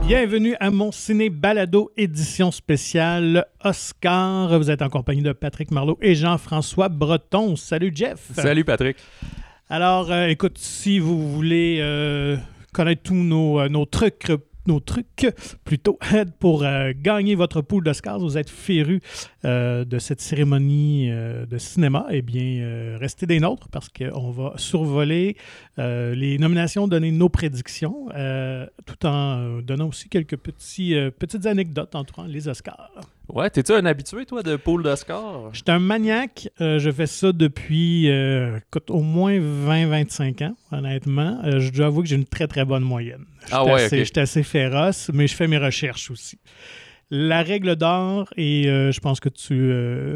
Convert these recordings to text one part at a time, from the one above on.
Bienvenue à mon ciné balado édition spéciale Oscar. Vous êtes en compagnie de Patrick Marleau et Jean-François Breton. Salut Jeff. Salut Patrick. Alors, écoute, si vous voulez connaître tous nos trucs plutôt pour gagner votre pool d'Oscars, vous êtes férus de cette cérémonie de cinéma, eh bien, restez des nôtres parce qu'on va survoler les nominations, donner nos prédictions, tout en donnant aussi quelques petites anecdotes entourant les Oscars. Ouais, t'es-tu un habitué, toi, de pool d'Oscars? Je suis un maniaque. Je fais ça depuis au moins 20-25 ans, honnêtement. Je dois avouer que j'ai une très, très bonne moyenne. Je suis assez féroce, mais je fais mes recherches aussi. La règle d'or, et je pense que tu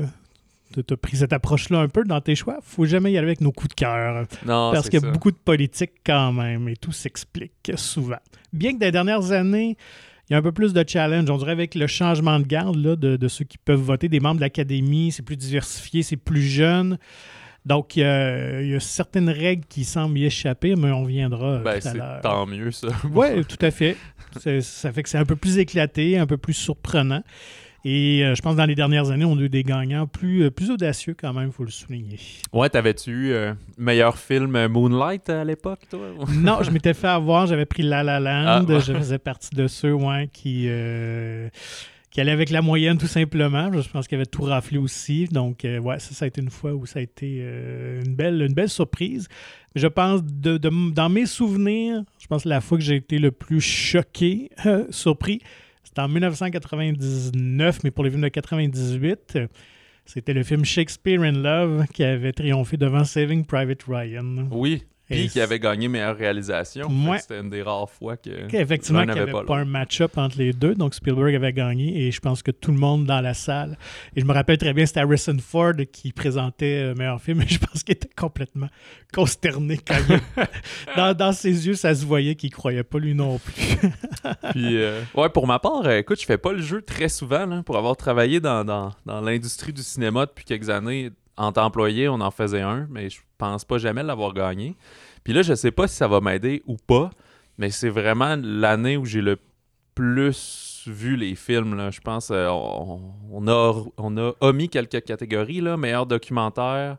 as pris cette approche-là un peu dans tes choix, il ne faut jamais y aller avec nos coups de cœur. Non, parce qu'il y a beaucoup de politique quand même, et tout s'explique souvent. Bien que dans les dernières années, il y a un peu plus de challenge. On dirait avec le changement de garde là, de ceux qui peuvent voter, des membres de l'Académie, c'est plus diversifié, c'est plus jeune. Donc, il y a certaines règles qui semblent y échapper, mais on viendra tout à l'heure. Tant mieux, ça. Oui, tout à fait. Ça fait que c'est un peu plus éclaté, un peu plus surprenant. Et je pense que dans les dernières années, on a eu des gagnants plus audacieux quand même, il faut le souligner. Ouais, t'avais-tu eu meilleur film Moonlight à l'époque, toi? Non, je m'étais fait avoir, j'avais pris La La Land, je faisais partie de ceux qui allaient avec la moyenne tout simplement. Je pense qu'il avait tout raflé aussi. Donc, ça a été une fois où ça a été une belle surprise. Je pense, dans mes souvenirs, je pense que la fois que j'ai été le plus choqué, surpris, c'était en 1999, mais pour les films de 98, c'était le film Shakespeare in Love qui avait triomphé devant Saving Private Ryan. Oui, puis qui avait gagné meilleure réalisation. Ouais. C'était une des rares fois effectivement, qu'il n'y avait pas un match-up entre les deux. Donc, Spielberg avait gagné et je pense que tout le monde dans la salle, et je me rappelle très bien, c'était Harrison Ford qui présentait meilleur film et je pense qu'il était complètement consterné quand dans ses yeux, ça se voyait qu'il ne croyait pas lui non plus. Puis, pour ma part, écoute, je fais pas le jeu très souvent là, pour avoir travaillé dans l'industrie du cinéma depuis quelques années. En temps employé, on en faisait un, mais je pense pas jamais l'avoir gagné. Puis là, je sais pas si ça va m'aider ou pas, mais c'est vraiment l'année où j'ai le plus vu les films. Là. Je pense on a omis quelques catégories. Là. Meilleur documentaire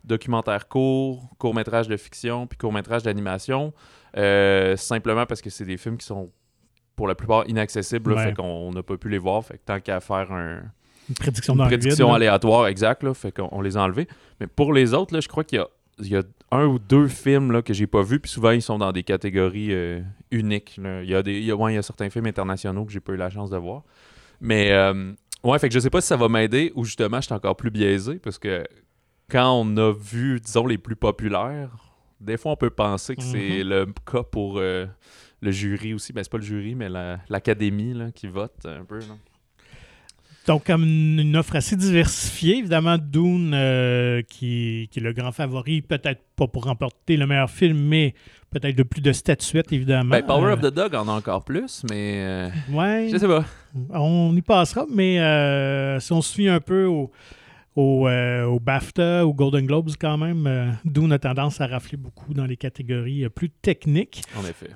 court, court-métrage de fiction, puis court-métrage d'animation. Simplement parce que c'est des films qui sont, pour la plupart, inaccessibles. Là, fait qu'on n'a pas pu les voir. Fait que tant qu'à faire une prédiction aléatoire, exact, là, fait qu'on les a enlevés. Mais pour les autres, là, je crois qu'il y a un ou deux films là, que j'ai pas vus, puis souvent ils sont dans des catégories uniques. Là. Il y a certains films internationaux que j'ai pas eu la chance de voir. Mais fait que je sais pas si ça va m'aider ou justement je suis encore plus biaisé parce que quand on a vu, disons, les plus populaires, des fois on peut penser que c'est le cas pour le jury aussi. Ben c'est pas le jury, mais l'académie là, qui vote un peu. Là. Donc, comme une offre assez diversifiée, évidemment, Dune, qui est le grand favori, peut-être pas pour remporter le meilleur film, mais peut-être de plus de statuettes, évidemment. Ben, Power of the Dog en a encore plus, mais je sais pas. On y passera, mais si on se fie un peu au BAFTA, au Golden Globes quand même, Dune a tendance à rafler beaucoup dans les catégories plus techniques. En effet.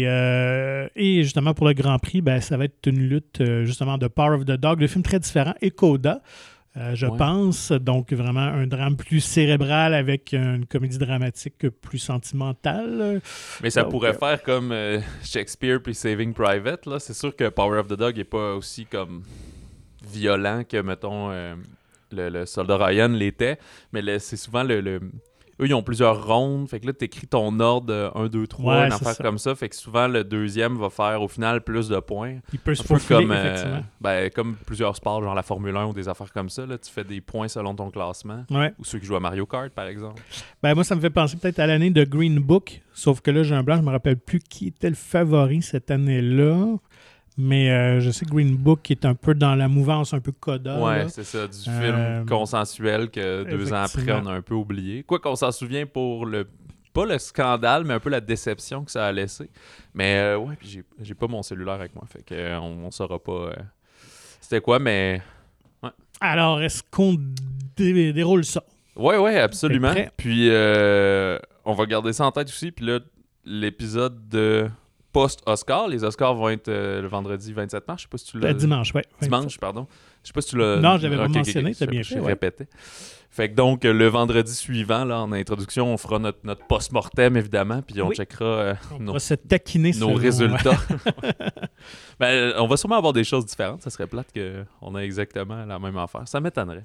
Et justement, pour le Grand Prix, ça va être une lutte justement de Power of the Dog, de films très différents, et Coda, je pense. Donc, vraiment un drame plus cérébral avec une comédie dramatique plus sentimentale. Mais ça pourrait faire comme Shakespeare puis Saving Private. Là. C'est sûr que Power of the Dog n'est pas aussi comme violent que, mettons... Le soldat Ryan l'était, mais c'est souvent eux, ils ont plusieurs rondes, fait que là, t'écris ton ordre 1, 2, 3, une affaire comme ça, fait que souvent, le deuxième va faire, au final, plus de points. Il peut se faufiler, effectivement. Comme plusieurs sports, genre la Formule 1 ou des affaires comme ça, là, tu fais des points selon ton classement, ou ceux qui jouent à Mario Kart, par exemple. Moi, ça me fait penser peut-être à l'année de Green Book, sauf que là, j'ai un blanc, je me rappelle plus qui était le favori cette année-là. Mais je sais que Green Book est un peu dans la mouvance un peu Coda. Ouais, c'est ça, du film consensuel que 2 ans après, on a un peu oublié. Quoi qu'on s'en souvient pour pas le scandale, mais un peu la déception que ça a laissé. Mais puis j'ai pas mon cellulaire avec moi, fait qu'on saura pas c'était quoi, mais... Ouais. Alors, est-ce qu'on déroule ça? Ouais, absolument. Puis on va garder ça en tête aussi, puis là, l'épisode de post-Oscar. Les Oscars vont être le vendredi 27 mars. Je sais pas si tu l'as... Dimanche, oui. Dimanche, pardon. Je sais pas si tu l'as... Non, je l'avais pas mentionné, t'as bien fait. Je répétais. Fait que donc, le vendredi suivant, là, en introduction, on fera notre post-mortem, évidemment, puis on checkera on va se taquiner nos résultats. Ben, on va sûrement avoir des choses différentes. Ça serait plate qu'on ait exactement la même affaire. Ça m'étonnerait.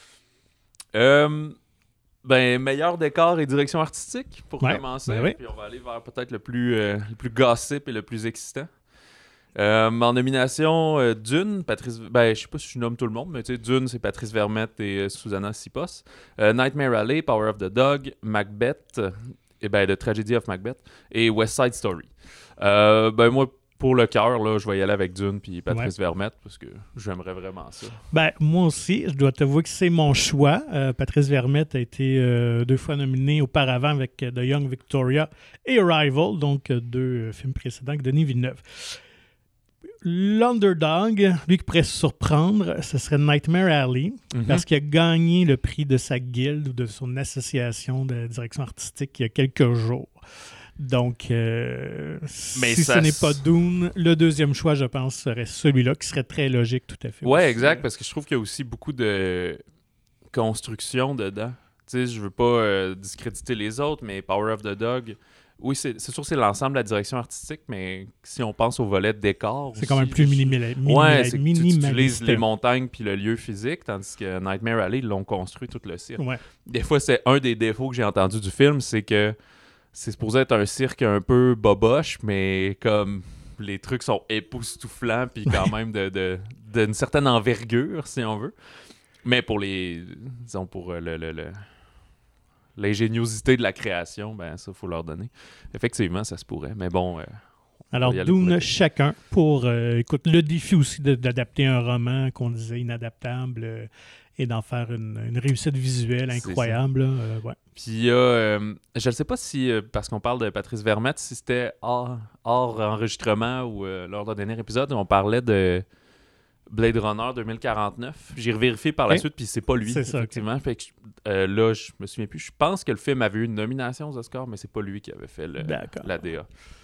Meilleur décor et direction artistique, pour commencer. Ben oui. Puis on va aller vers peut-être le plus gossip et le plus excitant. En nomination, Dune, je sais pas si je nomme tout le monde, mais tu sais, Dune, c'est Patrice Vermette et Susanna Sipos. Nightmare Alley, Power of the Dog, Macbeth, The Tragedy of Macbeth, et West Side Story. Moi, pour le cœur, là, je vais y aller avec Dune puis Patrice Vermette, parce que j'aimerais vraiment ça. moi aussi, je dois t'avouer que c'est mon choix. Patrice Vermette a été 2 fois nominé auparavant avec The Young Victoria et Arrival, donc 2 films précédents que Denis Villeneuve. L'underdog, lui qui pourrait se surprendre, ce serait Nightmare Alley, parce qu'il a gagné le prix de sa guilde ou de son association de direction artistique il y a quelques jours. Donc, si ce n'est pas Dune, le deuxième choix, je pense, serait celui-là, qui serait très logique tout à fait. Ouais, exact, parce que je trouve qu'il y a aussi beaucoup de construction dedans. Tu sais, je veux pas discréditer les autres, mais Power of the Dog... Oui, c'est sûr que c'est l'ensemble de la direction artistique, mais si on pense au volet de décor... C'est quand même plus minimaliste. C'est que tu utilises les montagnes puis le lieu physique, tandis que Nightmare Alley, ils l'ont construit tout le cirque. Ouais. Des fois, c'est un des défauts que j'ai entendu du film, c'est que c'est supposé être un cirque un peu boboche, mais comme les trucs sont époustouflants puis quand même d'une certaine envergure, si on veut. Mais pour l'ingéniosité de la création, ça, faut leur donner. Effectivement, ça se pourrait. Mais bon... Alors, Dune, chacun pour... le défi aussi d'adapter un roman qu'on disait inadaptable et d'en faire une réussite visuelle incroyable. Puis il y a... je ne sais pas si, parce qu'on parle de Patrice Vermette, si c'était hors enregistrement ou lors d'un dernier épisode, on parlait de Blade Runner 2049. J'ai revérifié par la suite, puis c'est pas lui, effectivement. Fait que, là, je me souviens plus. Je pense que le film avait eu une nomination aux Oscars, mais c'est pas lui qui avait fait la DA.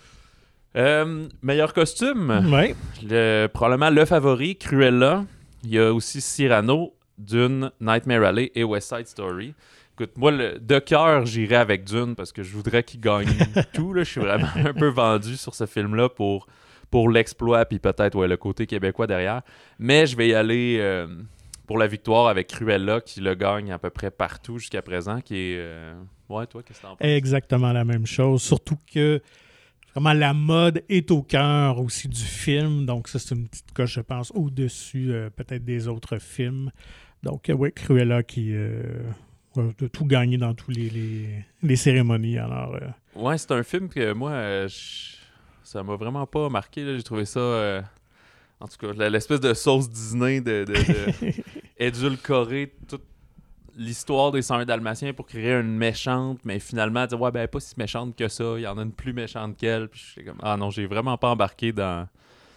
Meilleur costume? Oui. Probablement le favori, Cruella. Il y a aussi Cyrano, Dune, Nightmare Alley et West Side Story. Écoute, moi, de cœur, j'irais avec Dune parce que je voudrais qu'il gagne tout. Là. Je suis vraiment un peu vendu sur ce film-là pour l'exploit puis peut-être le côté québécois derrière. Mais je vais y aller pour la victoire avec Cruella qui le gagne à peu près partout jusqu'à présent. Qui est, toi, qu'est-ce que t'en penses? Exactement la même chose. Surtout que vraiment la mode est au cœur aussi du film. Donc ça, c'est une petite coche, je pense, au-dessus peut-être des autres films. Donc Cruella qui... de tout gagner dans tous les cérémonies. Alors, c'est un film que moi, ça m'a vraiment pas marqué. Là. J'ai trouvé ça, en tout cas, l'espèce de sauce Disney de édulcorer toute l'histoire des 101 Dalmatiens pour créer une méchante, mais finalement, dire pas si méchante que ça, il y en a une plus méchante qu'elle. Puis je suis comme, non, j'ai vraiment pas embarqué dans...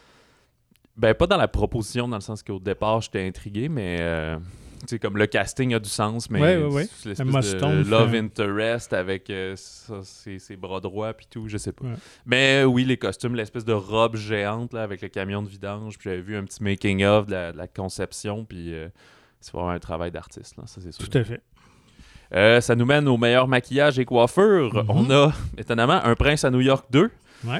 pas dans la proposition, dans le sens qu'au départ, j'étais intrigué, mais... tu sais, comme le casting a du sens, mais c'est l'espèce de love interest avec ses bras droits puis tout, je sais pas. Ouais. Mais oui, les costumes, l'espèce de robe géante là, avec le camion de vidange, puis j'avais vu un petit making-of de la conception, puis c'est vraiment un travail d'artiste, là, ça c'est sûr. Tout à fait. Ça nous mène au meilleur maquillage et coiffure. On a, étonnamment, Un prince à New York 2.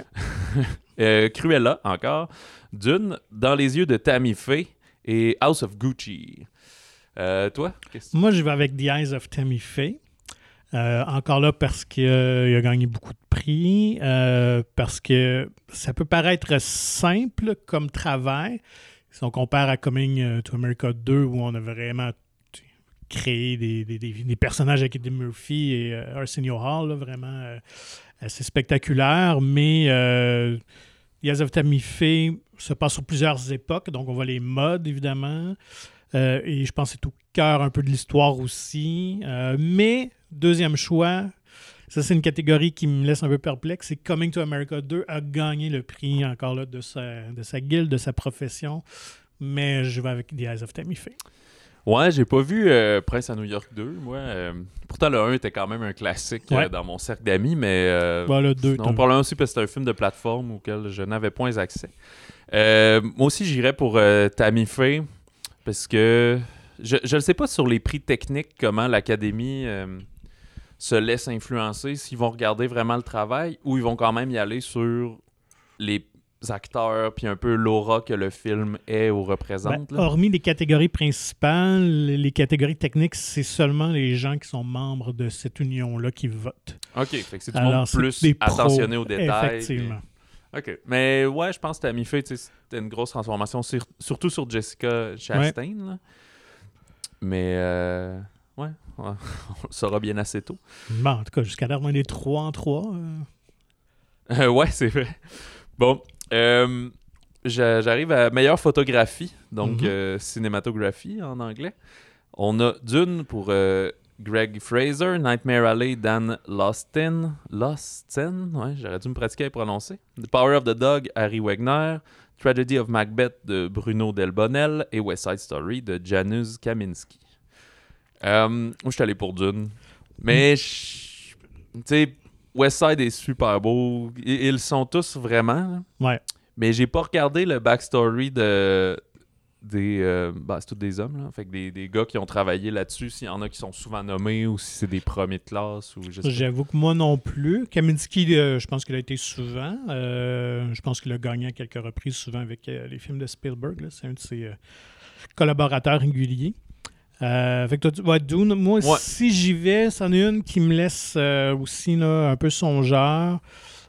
Ouais. Cruella, encore. Dune, Dans les yeux de Tammy Faye et House of Gucci. Toi? Moi, je vais avec The Eyes of Tammy Faye. Encore là, parce qu'il a gagné beaucoup de prix, parce que ça peut paraître simple comme travail. Si on compare à Coming to America 2, où on a vraiment créé des personnages avec Eddie Murphy et Arsenio Hall, là, vraiment assez spectaculaire, mais The Eyes of Tammy Faye se passe sur plusieurs époques, donc on voit les modes, évidemment. Et je pense que c'est au cœur un peu de l'histoire aussi. Mais, deuxième choix, ça c'est une catégorie qui me laisse un peu perplexe, c'est Coming to America 2 a gagné le prix encore là de sa guilde, de sa profession. Mais je vais avec The Eyes of Tammy Faye. Ouais, j'ai pas vu Prince à New York 2, moi. Pourtant, le 1 était quand même un classique dans mon cercle d'amis, mais le 2, sinon, probablement aussi parce que c'est un film de plateforme auquel je n'avais point accès. Moi aussi, j'irais pour Tammy Faye, parce que je ne sais pas sur les prix techniques comment l'Académie se laisse influencer, s'ils vont regarder vraiment le travail ou ils vont quand même y aller sur les acteurs puis un peu l'aura que le film est ou représente. Hormis les catégories principales, les catégories techniques, c'est seulement les gens qui sont membres de cette union-là qui votent. OK, fait que c'est du monde plus attentionné aux détails. Effectivement. OK. Mais ouais, je pense que Tammy Faye, c'était une grosse transformation, surtout sur Jessica Chastain. Là. Mais ouais, on le saura bien assez tôt. Bon, en tout cas, jusqu'à l'heure, on est 3 en 3. Ouais, c'est vrai. Bon, j'arrive à meilleure photographie, donc cinématographie en anglais. On a Dune pour Greg Fraser, Nightmare Alley, Dan Lausten, ouais, j'aurais dû me pratiquer à le prononcer. The Power of the Dog, Harry Wegner, Tragedy of Macbeth de Bruno Delbonnel et West Side Story de Janusz Kaminski. Moi, je suis allé pour Dune. Mais, tu sais, West Side est super beau. Ils sont tous vraiment. Ouais. Mais j'ai pas regardé le backstory c'est tous des hommes, là. Fait que des gars qui ont travaillé là-dessus, s'il y en a qui sont souvent nommés ou si c'est des premiers de classe. J'avoue que moi non plus. Kaminski, je pense qu'il a été souvent. Je pense qu'il a gagné à quelques reprises, souvent avec les films de Spielberg. Là. C'est un de ses collaborateurs réguliers. Fait que toi, Dune, moi, si j'y vais, c'en est une qui me laisse aussi là, un peu songeur.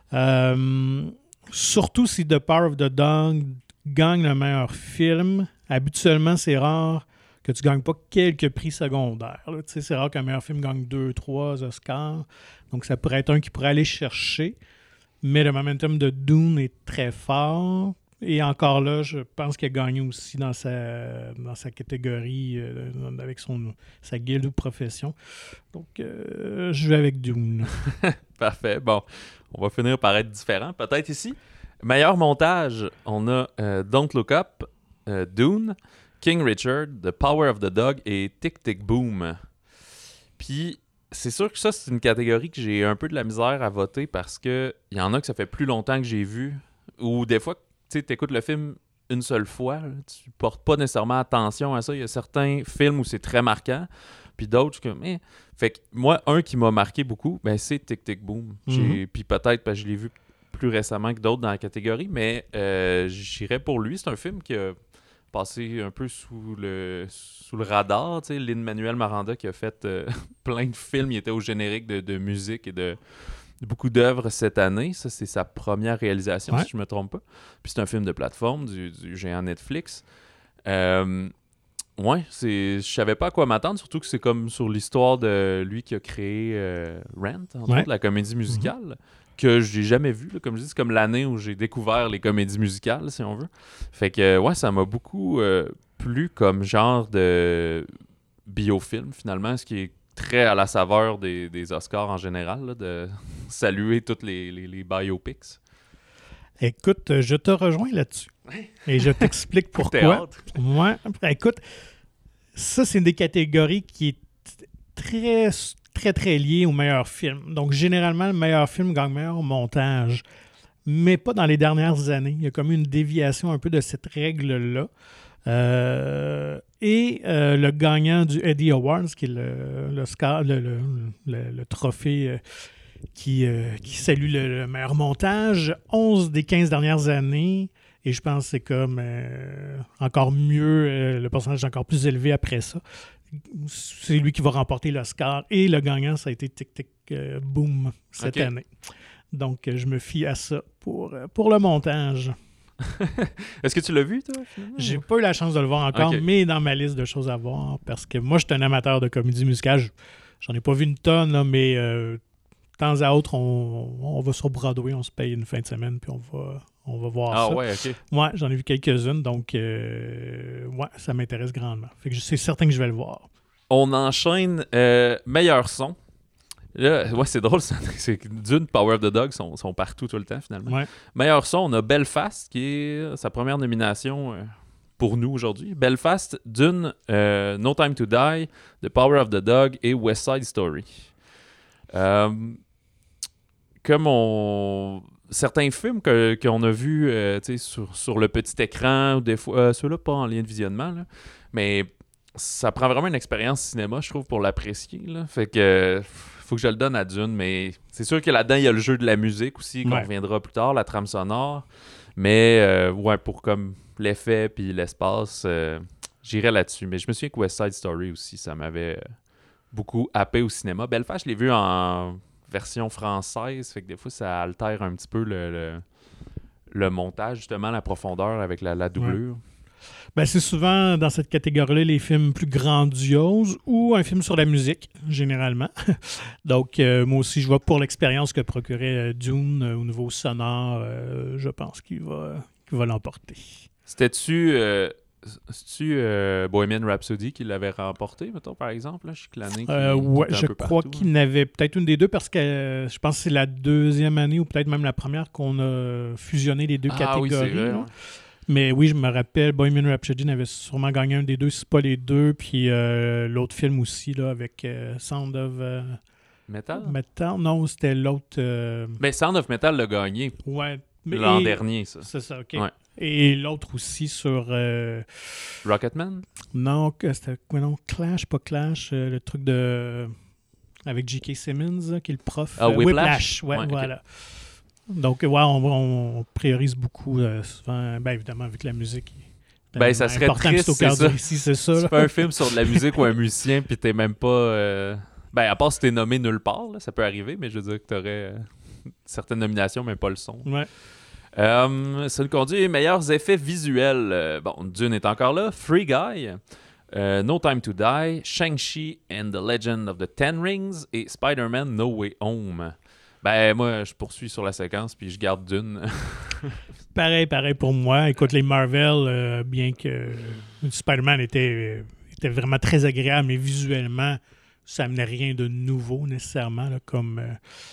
Surtout si The Power of the Dog gagne le meilleur film. Habituellement, c'est rare que tu ne gagnes pas quelques prix secondaires. Là. C'est rare qu'un meilleur film gagne 2-3 Oscars. Donc, ça pourrait être un qui pourrait aller chercher. Mais le momentum de Dune est très fort. Et encore là, je pense qu'il a gagné aussi dans sa catégorie, avec sa guilde ou profession. Donc, je vais avec Dune. Parfait. Bon, on va finir par être différent. Peut-être ici. Meilleur montage, on a Don't Look Up, Dune, King Richard, The Power of the Dog et Tick Tick Boom. Puis, c'est sûr que ça, c'est une catégorie que j'ai un peu de la misère à voter parce que il y en a que ça fait plus longtemps que j'ai vu. Ou des fois, tu écoutes le film une seule fois, là, tu portes pas nécessairement attention à ça. Il y a certains films où c'est très marquant, puis d'autres comme... Fait que moi, un qui m'a marqué beaucoup, c'est Tick Tick Boom. Puis peut-être parce que je l'ai vu plus récemment que d'autres dans la catégorie, mais j'irais pour lui. C'est un film qui a passé un peu sous le radar. Lin-Manuel Miranda qui a fait plein de films. Il était au générique de musique et de beaucoup d'œuvres cette année. Ça, c'est sa première réalisation, si je ne me trompe pas. Puis c'est un film de plateforme du géant Netflix. Je savais pas à quoi m'attendre, surtout que c'est comme sur l'histoire de lui qui a créé Rent, entre autres, la comédie musicale, que j'ai jamais vue. Comme je dis, c'est comme l'année où j'ai découvert les comédies musicales, si on veut. Fait que, ça m'a beaucoup plu comme genre de biofilm, finalement, ce qui est très à la saveur des Oscars en général, là, de saluer toutes les biopics. Écoute, je te rejoins là-dessus. Et je t'explique pourquoi. Ouais, écoute, ça, c'est une des catégories qui est très, très, très liée au meilleur film. Donc, généralement, le meilleur film gagne meilleur montage. Mais pas dans les dernières années. Il y a comme une déviation un peu de cette règle-là. Le gagnant du Eddie Awards, qui est le trophée qui salue le meilleur montage, 11 des 15 dernières années, et je pense que c'est comme encore mieux, le pourcentage est encore plus élevé après ça. C'est lui qui va remporter l'Oscar, et le gagnant, ça a été Tic Tic Boom cette année. Donc, je me fie à ça pour le montage. Est-ce que tu l'as vu, toi? J'ai pas eu la chance de le voir encore, mais dans ma liste de choses à voir, parce que moi, je suis un amateur de comédie musicale. J'en ai pas vu une tonne, là, mais de temps à autre, on va sur Broadway, on se paye une fin de semaine, puis on va voir ça. Ah ouais, OK. Ouais, j'en ai vu quelques-unes, donc ça m'intéresse grandement. Fait que c'est certain que je vais le voir. On enchaîne meilleur son. Là, c'est drôle, c'est que Dune, Power of the Dog sont partout tout le temps, finalement. Ouais. Meilleur son, on a Belfast, qui est sa première nomination pour nous aujourd'hui. Belfast, Dune, No Time to Die, The Power of the Dog et West Side Story. Comme certains films qu'on a vus sur le petit écran, ou des fois, ceux-là pas en lien de visionnement, là, mais ça prend vraiment une expérience cinéma, je trouve, pour l'apprécier. Là. Fait que faut que je le donne à Dune, mais c'est sûr que là-dedans, il y a le jeu de la musique aussi, qu'on reviendra plus tard, la trame sonore. Mais pour comme l'effet puis l'espace, j'irais là-dessus. Mais je me souviens que West Side Story aussi, ça m'avait beaucoup happé au cinéma. Belfast, je l'ai vu en version française, fait que des fois, ça altère un petit peu le montage, justement, la profondeur avec la doublure. Ouais. Ben, c'est souvent dans cette catégorie-là les films plus grandioses ou un film sur la musique, généralement. Donc, moi aussi, je vois pour l'expérience que procurait Dune au niveau sonore, je pense qu'il va l'emporter. C'était-tu Bohemian Rhapsody qui l'avait remporté, mettons, par exemple? Là? Je suis clané. Ouais, je crois qu'il n'avait peut-être une des deux parce que je pense que c'est la deuxième année ou peut-être même la première qu'on a fusionné les deux catégories. Oui, c'est vrai, ouais. Mais oui, je me rappelle, Bohemian Rhapsody n'avait sûrement gagné un des deux, si pas les deux. Puis l'autre film aussi, là, avec Sound of... Metal? Non, c'était l'autre... Mais Sound of Metal l'a gagné. Ouais. L'an dernier, ça. C'est ça, OK. Ouais. Et l'autre aussi sur... Rocketman? Non, c'était quoi, non? Clash, pas Clash, le truc de... Avec J.K. Simmons, qui est le prof. Whiplash. Ouais, voilà. Okay. Donc, on priorise beaucoup, souvent, évidemment, avec la musique. Ça serait triste, c'est ça. Ici, c'est ça. Tu fais un film sur de la musique ou un musicien, puis t'es même pas... à part si t'es nommé nulle part, là, ça peut arriver, mais je veux dire que t'aurais certaines nominations, mais pas le son. Ouais. Ça nous conduit meilleurs effets visuels. Dune est encore là. Free Guy, No Time to Die, Shang-Chi and the Legend of the Ten Rings et Spider-Man No Way Home. Moi, je poursuis sur la séquence, puis je garde Dune. Pareil pour moi. Écoute, les Marvel, bien que Spider-Man était vraiment très agréable, mais visuellement, ça n'amenait rien de nouveau nécessairement là, comme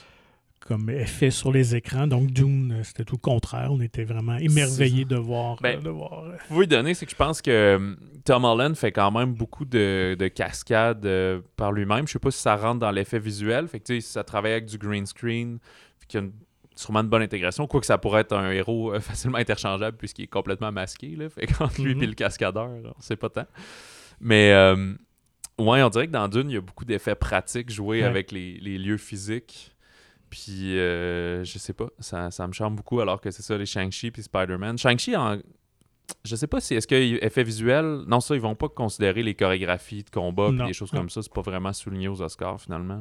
effet sur les écrans. Donc, Dune, c'était tout le contraire. On était vraiment émerveillés de voir... Vous lui donner, c'est que je pense que Tom Holland fait quand même beaucoup de cascades par lui-même. Je sais pas si ça rentre dans l'effet visuel. Fait que, ça travaille avec du green screen, qu'il y a sûrement une bonne intégration. Quoique ça pourrait être un héros facilement interchangeable puisqu'il est complètement masqué. Là. Fait qu'entre lui et le cascadeur, on sait pas tant. Mais... on dirait que dans Dune, il y a beaucoup d'effets pratiques joués avec les lieux physiques. Puis, je sais pas, ça me charme beaucoup alors que c'est ça, les Shang-Chi puis Spider-Man. Shang-Chi, je sais pas si est-ce que effet visuel... Non, ça, ils vont pas considérer les chorégraphies de combat puis des choses comme ça. C'est pas vraiment souligné aux Oscars, finalement.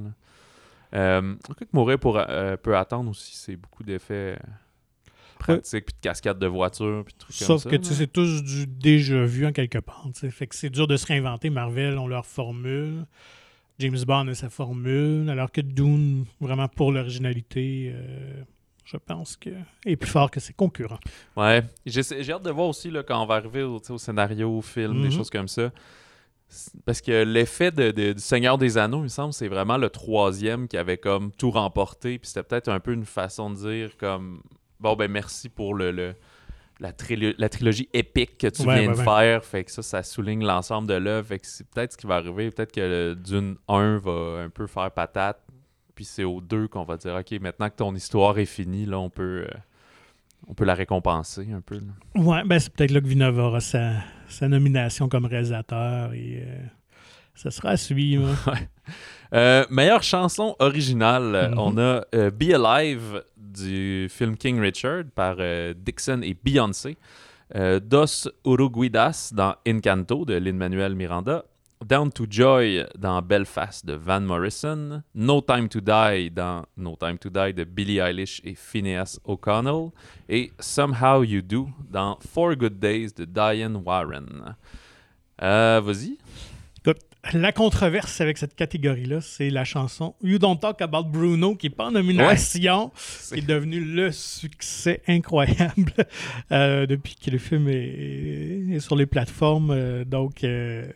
Mourir peut attendre aussi, c'est beaucoup d'effets pratiques puis de cascades de voitures puis de trucs comme ça. Sauf que c'est tous du déjà vu en quelque part. T'sais. Fait que c'est dur de se réinventer. Marvel ont leur formule. James Bond a sa formule, alors que Dune, vraiment pour l'originalité, je pense que est plus fort que ses concurrents. Ouais, j'ai hâte de voir aussi là, quand on va arriver au scénario, au film, des choses comme ça. Parce que l'effet du Seigneur des Anneaux, il me semble, c'est vraiment le troisième qui avait comme tout remporté, puis c'était peut-être un peu une façon de dire comme, merci pour la trilogie épique que tu viens de faire. Fait que ça souligne l'ensemble de l'œuvre. Fait que c'est peut-être ce qui va arriver. Peut-être que Dune 1 va un peu faire patate. Puis c'est au 2 qu'on va dire, OK, maintenant que ton histoire est finie, là, on peut la récompenser un peu. Là. Ouais, c'est peut-être là que Villeneuve aura sa nomination comme réalisateur et ça sera à suivre. Meilleure chanson originale, on a Be Alive du film King Richard par Dixon et Beyoncé, Dos Uruguidas dans Encanto de Lin-Manuel Miranda, Down to Joy dans Belfast de Van Morrison, No Time to Die dans No Time to Die de Billie Eilish et Phineas O'Connell et Somehow You Do dans Four Good Days de Diane Warren. Vas-y. Écoute, la controverse avec cette catégorie-là, c'est la chanson You Don't Talk About Bruno, qui n'est pas en nomination, qui est devenu le succès incroyable depuis que le film est sur les plateformes. Donc,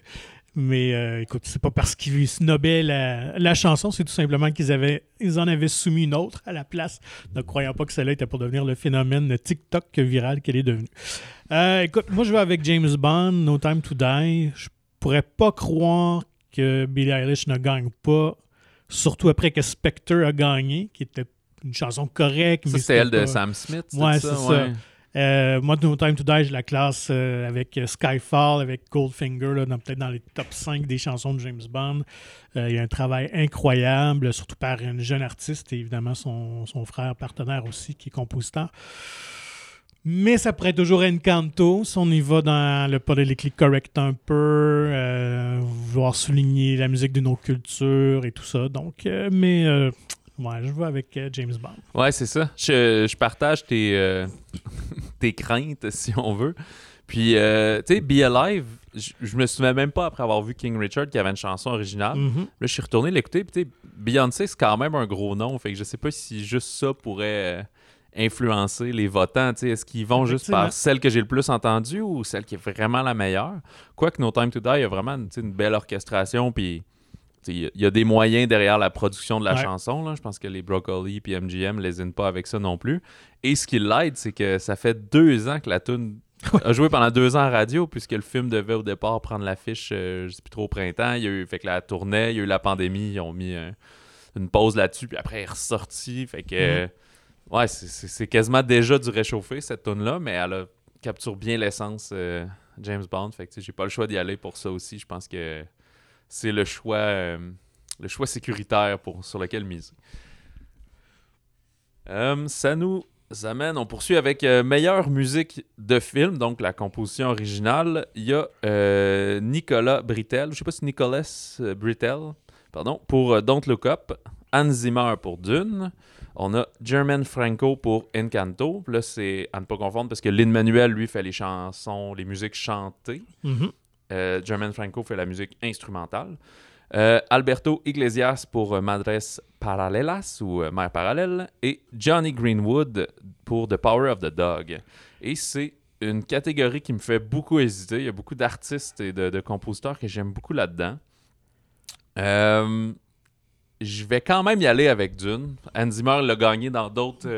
Mais écoute, c'est pas parce qu'ils snobaient la chanson, c'est tout simplement ils en avaient soumis une autre à la place, ne croyant pas que celle-là était pour devenir le phénomène TikTok viral qu'elle est devenue. Écoute, moi je vais avec James Bond, No Time to Die. Je pourrais pas croire que Billie Eilish ne gagne pas, surtout après que Spectre a gagné, qui était une chanson correcte. Ça, mais c'était elle pas... de Sam Smith, ouais, c'est ça. Moi, No Time to Die, je la classe avec Skyfall, avec Goldfinger, là, peut-être dans les top 5 des chansons de James Bond. Il y a un travail incroyable, surtout par une jeune artiste et évidemment son frère partenaire aussi, qui est compositeur. Mais ça pourrait toujours Encanto, si on y va dans le politically correct un peu, vouloir souligner la musique d'une autre culture et tout ça. Donc, ouais, je vais avec James Bond. Ouais, c'est ça. Je partage tes craintes, si on veut. Puis, tu sais, Be Alive, je me souviens même pas, après avoir vu King Richard, qu'il y avait une chanson originale. Mm-hmm. Là, je suis retourné l'écouter. Puis, tu sais, Beyoncé, c'est quand même un gros nom. Fait que je sais pas si juste ça pourrait influencer les votants. Tu sais, est-ce qu'ils vont juste par celle que j'ai le plus entendue ou celle qui est vraiment la meilleure? Quoique No Time to Die, il y a vraiment une belle orchestration. Puis, il y a des moyens derrière la production de la chanson. Là. Je pense que les Broccoli et MGM ne lésinent pas avec ça non plus. Et ce qui l'aide, c'est que ça fait 2 ans que la tune a joué pendant 2 ans à radio, puisque le film devait au départ prendre l'affiche, je sais plus trop, au printemps. Fait que la tournée, il y a eu la pandémie, ils ont mis une pause là-dessus, puis après, elle est ressortie. Fait que, ouais, c'est quasiment déjà du réchauffé, cette tune-là, mais elle capture bien l'essence James Bond. Fait que, j'ai pas le choix d'y aller pour ça aussi. Je pense que c'est le choix sécuritaire sur lequel miser. Ça nous amène, on poursuit avec meilleure musique de film, donc la composition originale. Il y a Nicolas Britell, je sais pas si Nicolas Britell, pardon, pour Don't Look Up, Hans Zimmer pour Dune. On a German Franco pour Encanto. Là, c'est à ne pas confondre parce que Lin-Manuel, lui, fait les musiques chantées. Mm-hmm. German Franco fait la musique instrumentale. Alberto Iglesias pour Madres Paralelas ou Mères Parallèles et Johnny Greenwood pour The Power of the Dog. Et c'est une catégorie qui me fait beaucoup hésiter. Il y a beaucoup d'artistes et de compositeurs que j'aime beaucoup là-dedans. Je vais quand même y aller avec Dune. Hans Zimmer l'a gagné dans d'autres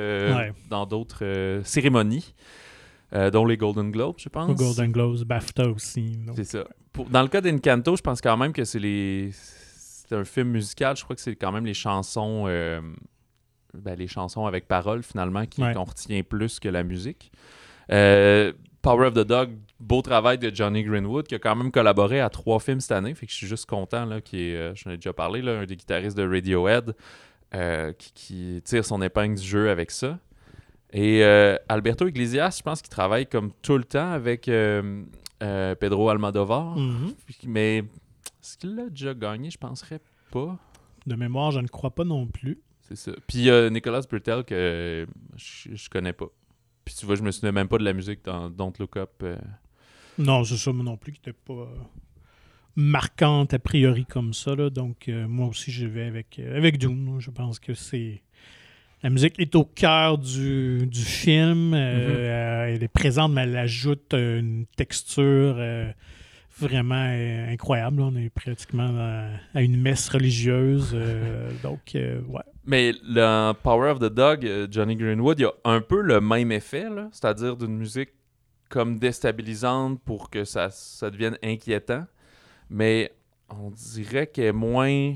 cérémonies. Dont les Golden Globes, je pense. Golden Globes, BAFTA aussi. Donc. C'est ça. Dans le cas d'Encanto, je pense quand même que c'est un film musical. Je crois que c'est quand même les chansons les chansons avec paroles, finalement, qu'on retient plus que la musique. Power of the Dog, beau travail de Johnny Greenwood, qui a quand même collaboré à 3 films cette année. Fait que je suis juste content, là, j'en ai déjà parlé, là, un des guitaristes de Radiohead, qui tire son épingle du jeu avec ça. Et Alberto Iglesias, je pense qu'il travaille comme tout le temps avec Pedro Almodovar. Mm-hmm. Mais est-ce qu'il l'a déjà gagné? Je penserais pas. De mémoire, je ne crois pas non plus. C'est ça. Puis il y a Nicolas Britell que je connais pas. Puis tu vois, je me souviens même pas de la musique dans Don't Look Up. Non, c'est ça, moi non plus, qui n'était pas marquante a priori comme ça. Là. Donc, moi aussi, je vais avec Dune. Je pense que c'est... La musique est au cœur du film. Elle est présente, mais elle ajoute une texture vraiment incroyable. Là. On est pratiquement à une messe religieuse. Donc, ouais. Mais dans Power of the Dog, Johnny Greenwood, il y a un peu le même effet, là, c'est-à-dire d'une musique comme déstabilisante pour que ça devienne inquiétant. Mais on dirait qu'elle est moins...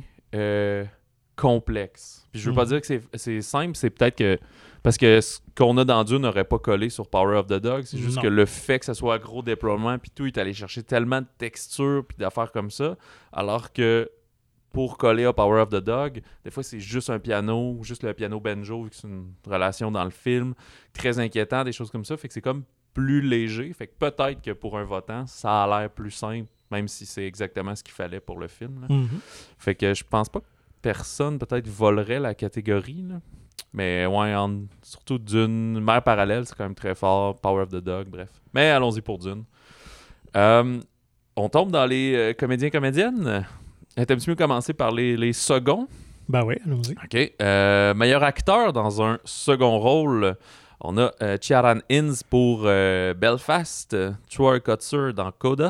complexe. Puis je veux pas dire que c'est simple, c'est peut-être que parce que ce qu'on a dans Dune n'aurait pas collé sur Power of the Dog, c'est juste que le fait que ça soit un gros déploiement puis tout, il est allé chercher tellement de textures puis d'affaires comme ça, alors que pour coller à Power of the Dog, des fois c'est juste un piano, juste le piano banjo, vu que c'est une relation dans le film, très inquiétant, des choses comme ça, fait que c'est comme plus léger, fait que peut-être que pour un votant, ça a l'air plus simple, même si c'est exactement ce qu'il fallait pour le film. Là. Mm-hmm. Fait que je pense pas que personne peut-être volerait la catégorie, là. Mais ouais, surtout Dune, Mère Parallèle, c'est quand même très fort, Power of the Dog, bref. Mais allons-y pour Dune. On tombe dans les comédiens-comédiennes. T'aimes-tu mieux commencer par les seconds? Ben oui, allons-y. OK. Meilleur acteur dans un second rôle, on a Ciarán Hinds pour Belfast, Troy Kotsur dans Coda,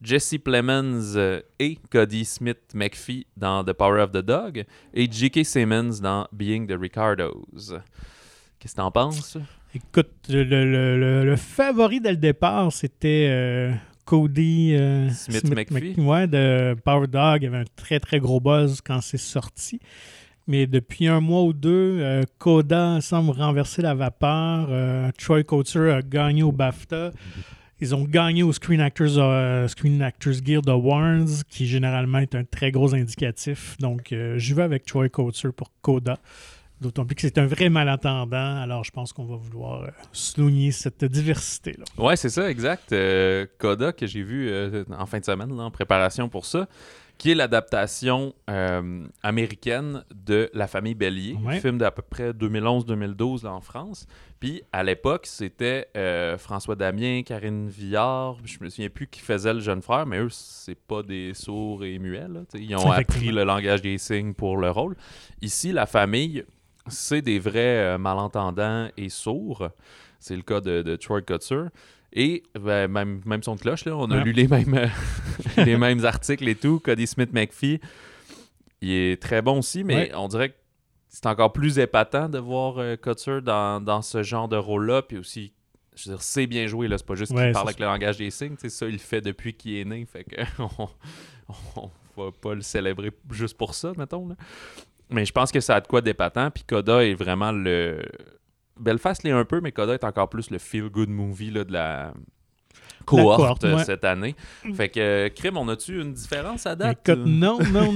Jesse Plemons et Cody Smith-McPhee dans The Power of the Dog et J.K. Simmons dans Being the Ricardos. Qu'est-ce que t'en penses? Écoute, le favori dès le départ, c'était Cody Smith-McPhee. Ouais, de Power Dog. Il avait un très, très gros buzz quand c'est sorti. Mais depuis un mois ou deux, Coda semble renverser la vapeur. Troy Kotsur a gagné au BAFTA. Ils ont gagné au Screen Actors Guild Awards, qui généralement est un très gros indicatif. Donc, je vais avec Troy Kotsur pour Coda. D'autant plus que c'est un vrai malentendant. Alors, je pense qu'on va vouloir souligner cette diversité-là. Ouais, c'est ça, exact. Coda, que j'ai vu en fin de semaine, là, en préparation pour ça, qui est l'adaptation américaine de La Famille Bélier, film d'à peu près 2011-2012 là, en France. Puis, à l'époque, c'était François Damien, Karine Viard, je me souviens plus qui faisait le jeune frère, mais eux, c'est pas des sourds et muets. Là, ils ont appris le langage des signes pour le rôle. Ici, la famille, c'est des vrais malentendants et sourds. C'est le cas de Troy Kotsur. Et ben, même son de cloche, là, on a lu les mêmes articles et tout. Cody Smith-McPhee, il est très bon aussi, mais on dirait que c'est encore plus épatant de voir Kotsur dans ce genre de rôle-là. Puis aussi, je veux dire, c'est bien joué, là. C'est pas juste qu'il parle avec le langage des signes. C'est ça, il le fait depuis qu'il est né. Fait qu'on va pas le célébrer juste pour ça, mettons. Là. Mais je pense que ça a de quoi d'épatant. Puis Coda est vraiment le... Belfast l'est un peu, mais Coda est encore plus le feel-good movie là, de la cohorte cette année. Fait que, Crime, on a-tu une différence à date? Écoute, non.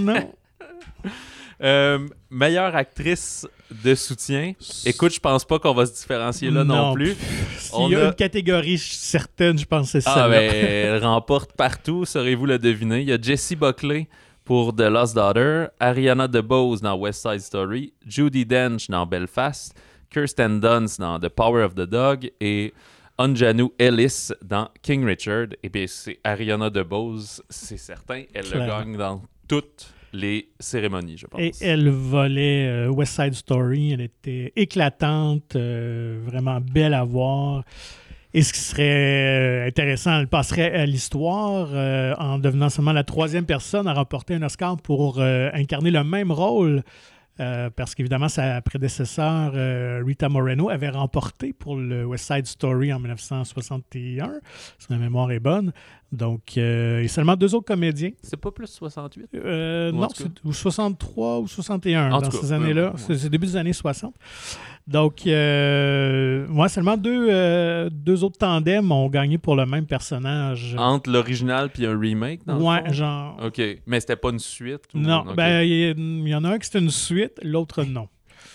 Meilleure actrice de soutien. Écoute, je pense pas qu'on va se différencier là non plus. S'il y a une catégorie certaine, je pense que c'est celle-là. Ben, elle remporte partout, saurez-vous le deviner. Il y a Jessie Buckley pour The Lost Daughter, Ariana DeBose dans West Side Story, Judi Dench dans Belfast, Kirsten Dunst dans The Power of the Dog et Anjanu Ellis dans King Richard. Et bien, c'est Ariana DeBose, c'est certain. Elle le gagne dans toutes les cérémonies, je pense. Et elle volait West Side Story. Elle était éclatante, vraiment belle à voir. Et ce qui serait intéressant, elle passerait à l'histoire en devenant seulement la troisième personne à remporter un Oscar pour incarner le même rôle. Parce qu'évidemment, sa prédécesseur, Rita Moreno, avait remporté pour le West Side Story en 1961, si ma mémoire est bonne. Donc, il y a seulement deux autres comédiens. C'est pas plus 68? Non, c'est 63 ou 61 dans ces années-là. C'est début des années 60. Donc, seulement deux autres tandems ont gagné pour le même personnage. Entre l'original puis un remake, dans le fond? Genre... OK. Mais c'était pas une suite? Ou... Non, okay. Il y en a un qui c'était une suite, l'autre non.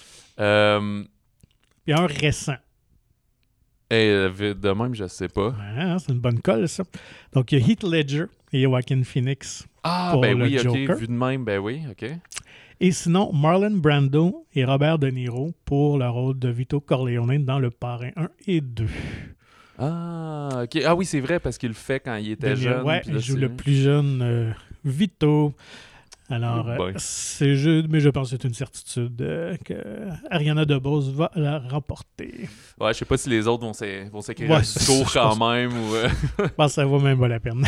Puis un récent. De même, je sais pas. Ouais, c'est une bonne colle, ça. Donc, il y a Heath Ledger et Joaquin Phoenix pour le Joker. OK. Vu de même, ben oui, OK. Et sinon, Marlon Brando et Robert De Niro pour le rôle de Vito Corleone dans Le Parrain 1 et 2. Ah, OK. Ah oui, c'est vrai, parce qu'il le fait quand il était jeune. Ouais, il joue le plus jeune Vito. Alors, c'est juste, mais je pense que c'est une certitude que Ariana DeBose va la remporter. Ouais, je sais pas si les autres vont s'écrire un discours quand même. Ou, Je pense que ça vaut même pas la peine.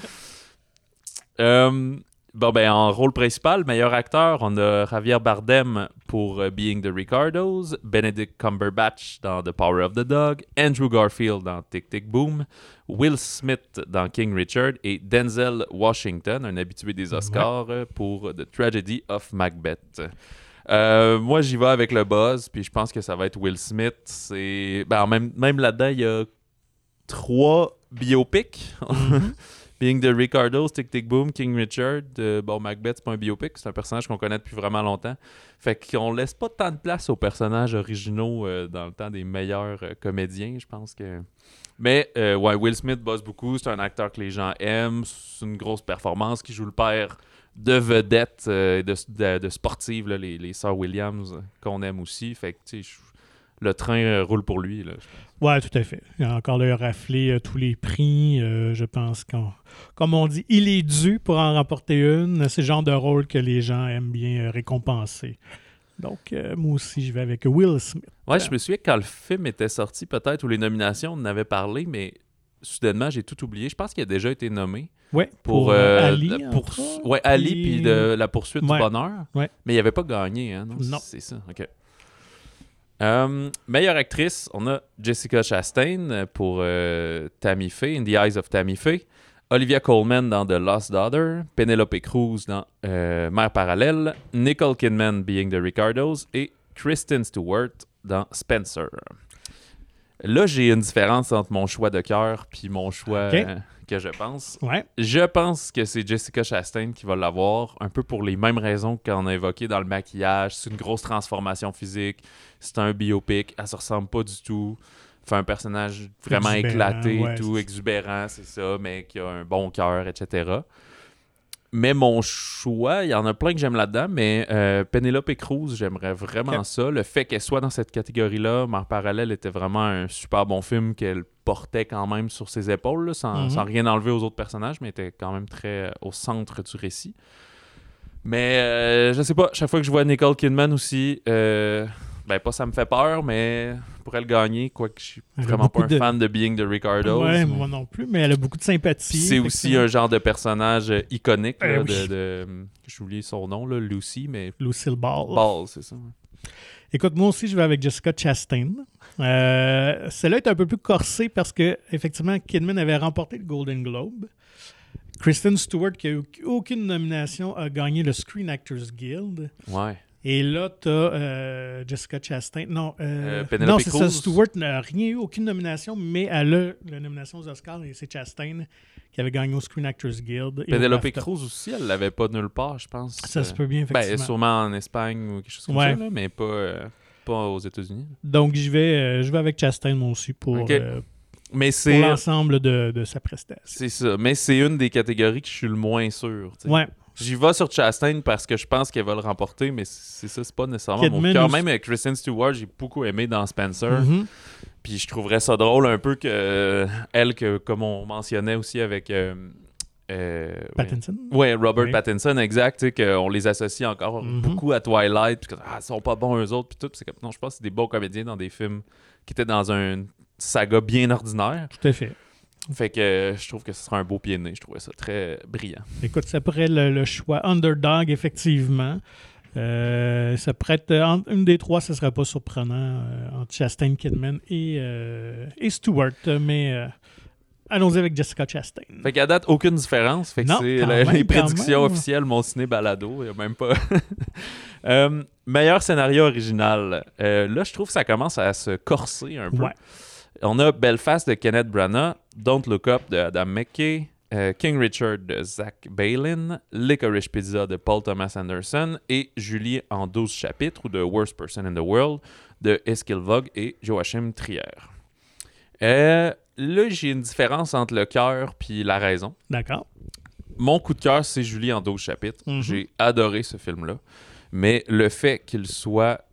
En rôle principal, meilleur acteur, on a Javier Bardem pour Being the Ricardos, Benedict Cumberbatch dans The Power of the Dog, Andrew Garfield dans Tick Tick Boom, Will Smith dans King Richard et Denzel Washington, un habitué des Oscars, pour The Tragedy of Macbeth. Moi, j'y vais avec le buzz, puis je pense que ça va être Will Smith. C'est même là-dedans, il y a 3 biopics. Being the Ricardos, Tick Tick Boom, King Richard. Macbeth, c'est pas un biopic, c'est un personnage qu'on connaît depuis vraiment longtemps. Fait qu'on laisse pas tant de place aux personnages originaux dans le temps des meilleurs comédiens, je pense que... Mais Will Smith bosse beaucoup, c'est un acteur que les gens aiment, c'est une grosse performance, qui joue le père de vedettes de sportives, là, les sœurs Williams, qu'on aime aussi. Fait que, tu sais, le train roule pour lui, là, je pense. Oui, tout à fait. Il a encore raflé tous les prix. Je pense comme on dit, il est dû pour en remporter une. C'est le genre de rôle que les gens aiment bien récompenser. Donc, moi aussi, je vais avec Will Smith. Ouais, je me souviens que quand le film était sorti, peut-être, ou les nominations, on en avait parlé, mais soudainement, j'ai tout oublié. Je pense qu'il a déjà été nommé. Oui, pour Ali. Ali, puis de La poursuite du bonheur. Ouais. Mais il n'avait pas gagné, hein? Non. C'est ça, OK. Meilleure actrice, on a Jessica Chastain pour Tammy Faye, In the Eyes of Tammy Faye. Olivia Colman dans The Lost Daughter. Penelope Cruz dans Mère parallèle. Nicole Kidman, Being the Ricardos. Et Kristen Stewart dans Spencer. Là, j'ai une différence entre mon choix de cœur puis mon choix que je pense. Ouais. Je pense que c'est Jessica Chastain qui va l'avoir, un peu pour les mêmes raisons qu'on a évoquées dans le maquillage. C'est une grosse transformation physique. C'est un biopic. Elle se ressemble pas du tout. Fait un personnage vraiment éclaté, exubérant, c'est ça, mais qui a un bon cœur, etc. Mais mon choix, il y en a plein que j'aime là-dedans, mais Penelope Cruz, j'aimerais vraiment ça. Le fait qu'elle soit dans cette catégorie-là, Mère parallèle était vraiment un super bon film qu'elle portait quand même sur ses épaules, là, sans rien enlever aux autres personnages, mais était quand même très au centre du récit. Mais je sais pas, chaque fois que je vois Nicole Kidman aussi, pas ça me fait peur, mais pour elle gagner, quoique je suis vraiment pas un fan de Being the Ricardos. Ouais, moi non plus, mais elle a beaucoup de sympathie. C'est aussi un genre de personnage iconique là, de j'oublie son nom, là, Lucille Ball. Ball, c'est ça. Écoute, moi aussi, je vais avec Jessica Chastain. Celle-là est un peu plus corsée parce que effectivement, Kidman avait remporté le Golden Globe. Kristen Stewart, qui n'a eu aucune nomination, a gagné le Screen Actors Guild. Ouais. Et là, tu as Jessica Chastain. Non, Penelope c'est Cruz. ça. Stewart n'a rien eu, aucune nomination, mais elle a la nomination aux Oscars et c'est Chastain qui avait gagné au Screen Actors Guild. Penelope Cruz aussi, elle l'avait pas nulle part, je pense. Ça se peut bien, effectivement. Sûrement en Espagne ou quelque chose comme ça, là, mais pas aux États-Unis. Donc, je vais avec Chastain, moi aussi, pour l'ensemble de sa prestation. C'est ça. Mais c'est une des catégories que je suis le moins sûr. T'sais. Ouais. J'y vais sur Chastain parce que je pense qu'elle va le remporter, mais c'est ça, c'est pas nécessairement Kidman mon cœur. aussi. Même avec Kristen Stewart, j'ai beaucoup aimé dans Spencer. Puis je trouverais ça drôle un peu que comme on mentionnait aussi avec Pattinson. Ouais, Robert Pattinson, exact. Qu'on les associe encore beaucoup à Twilight. Puis ils sont pas bons eux autres. Puis tout. Puis c'est comme, non, je pense que c'est des bons comédiens dans des films qui étaient dans une saga bien ordinaire. Tout à fait. Fait que je trouve que ce sera un beau pied de nez. Je trouvais ça très brillant. Écoute, ça pourrait être le choix underdog, effectivement. Ça pourrait être une des trois, ce ne serait pas surprenant entre Chastain, Kidman et Stewart. Mais allons-y avec Jessica Chastain. Fait qu'à date, aucune différence. Fait que c'est les prédictions officielles, mon ciné balado. Il n'y a même pas. Meilleur scénario original. Là, je trouve que ça commence à se corser un peu. Ouais. On a Belfast de Kenneth Branagh, Don't Look Up de Adam McKay, King Richard de Zach Baylin, Licorice Pizza de Paul Thomas Anderson et Julie en 12 chapitres ou The Worst Person in the World de Eskil Vogue et Joachim Trier. Là, j'ai une différence entre le cœur puis la raison. D'accord. Mon coup de cœur, c'est Julie en 12 chapitres. J'ai adoré ce film-là. Mais le fait qu'il soit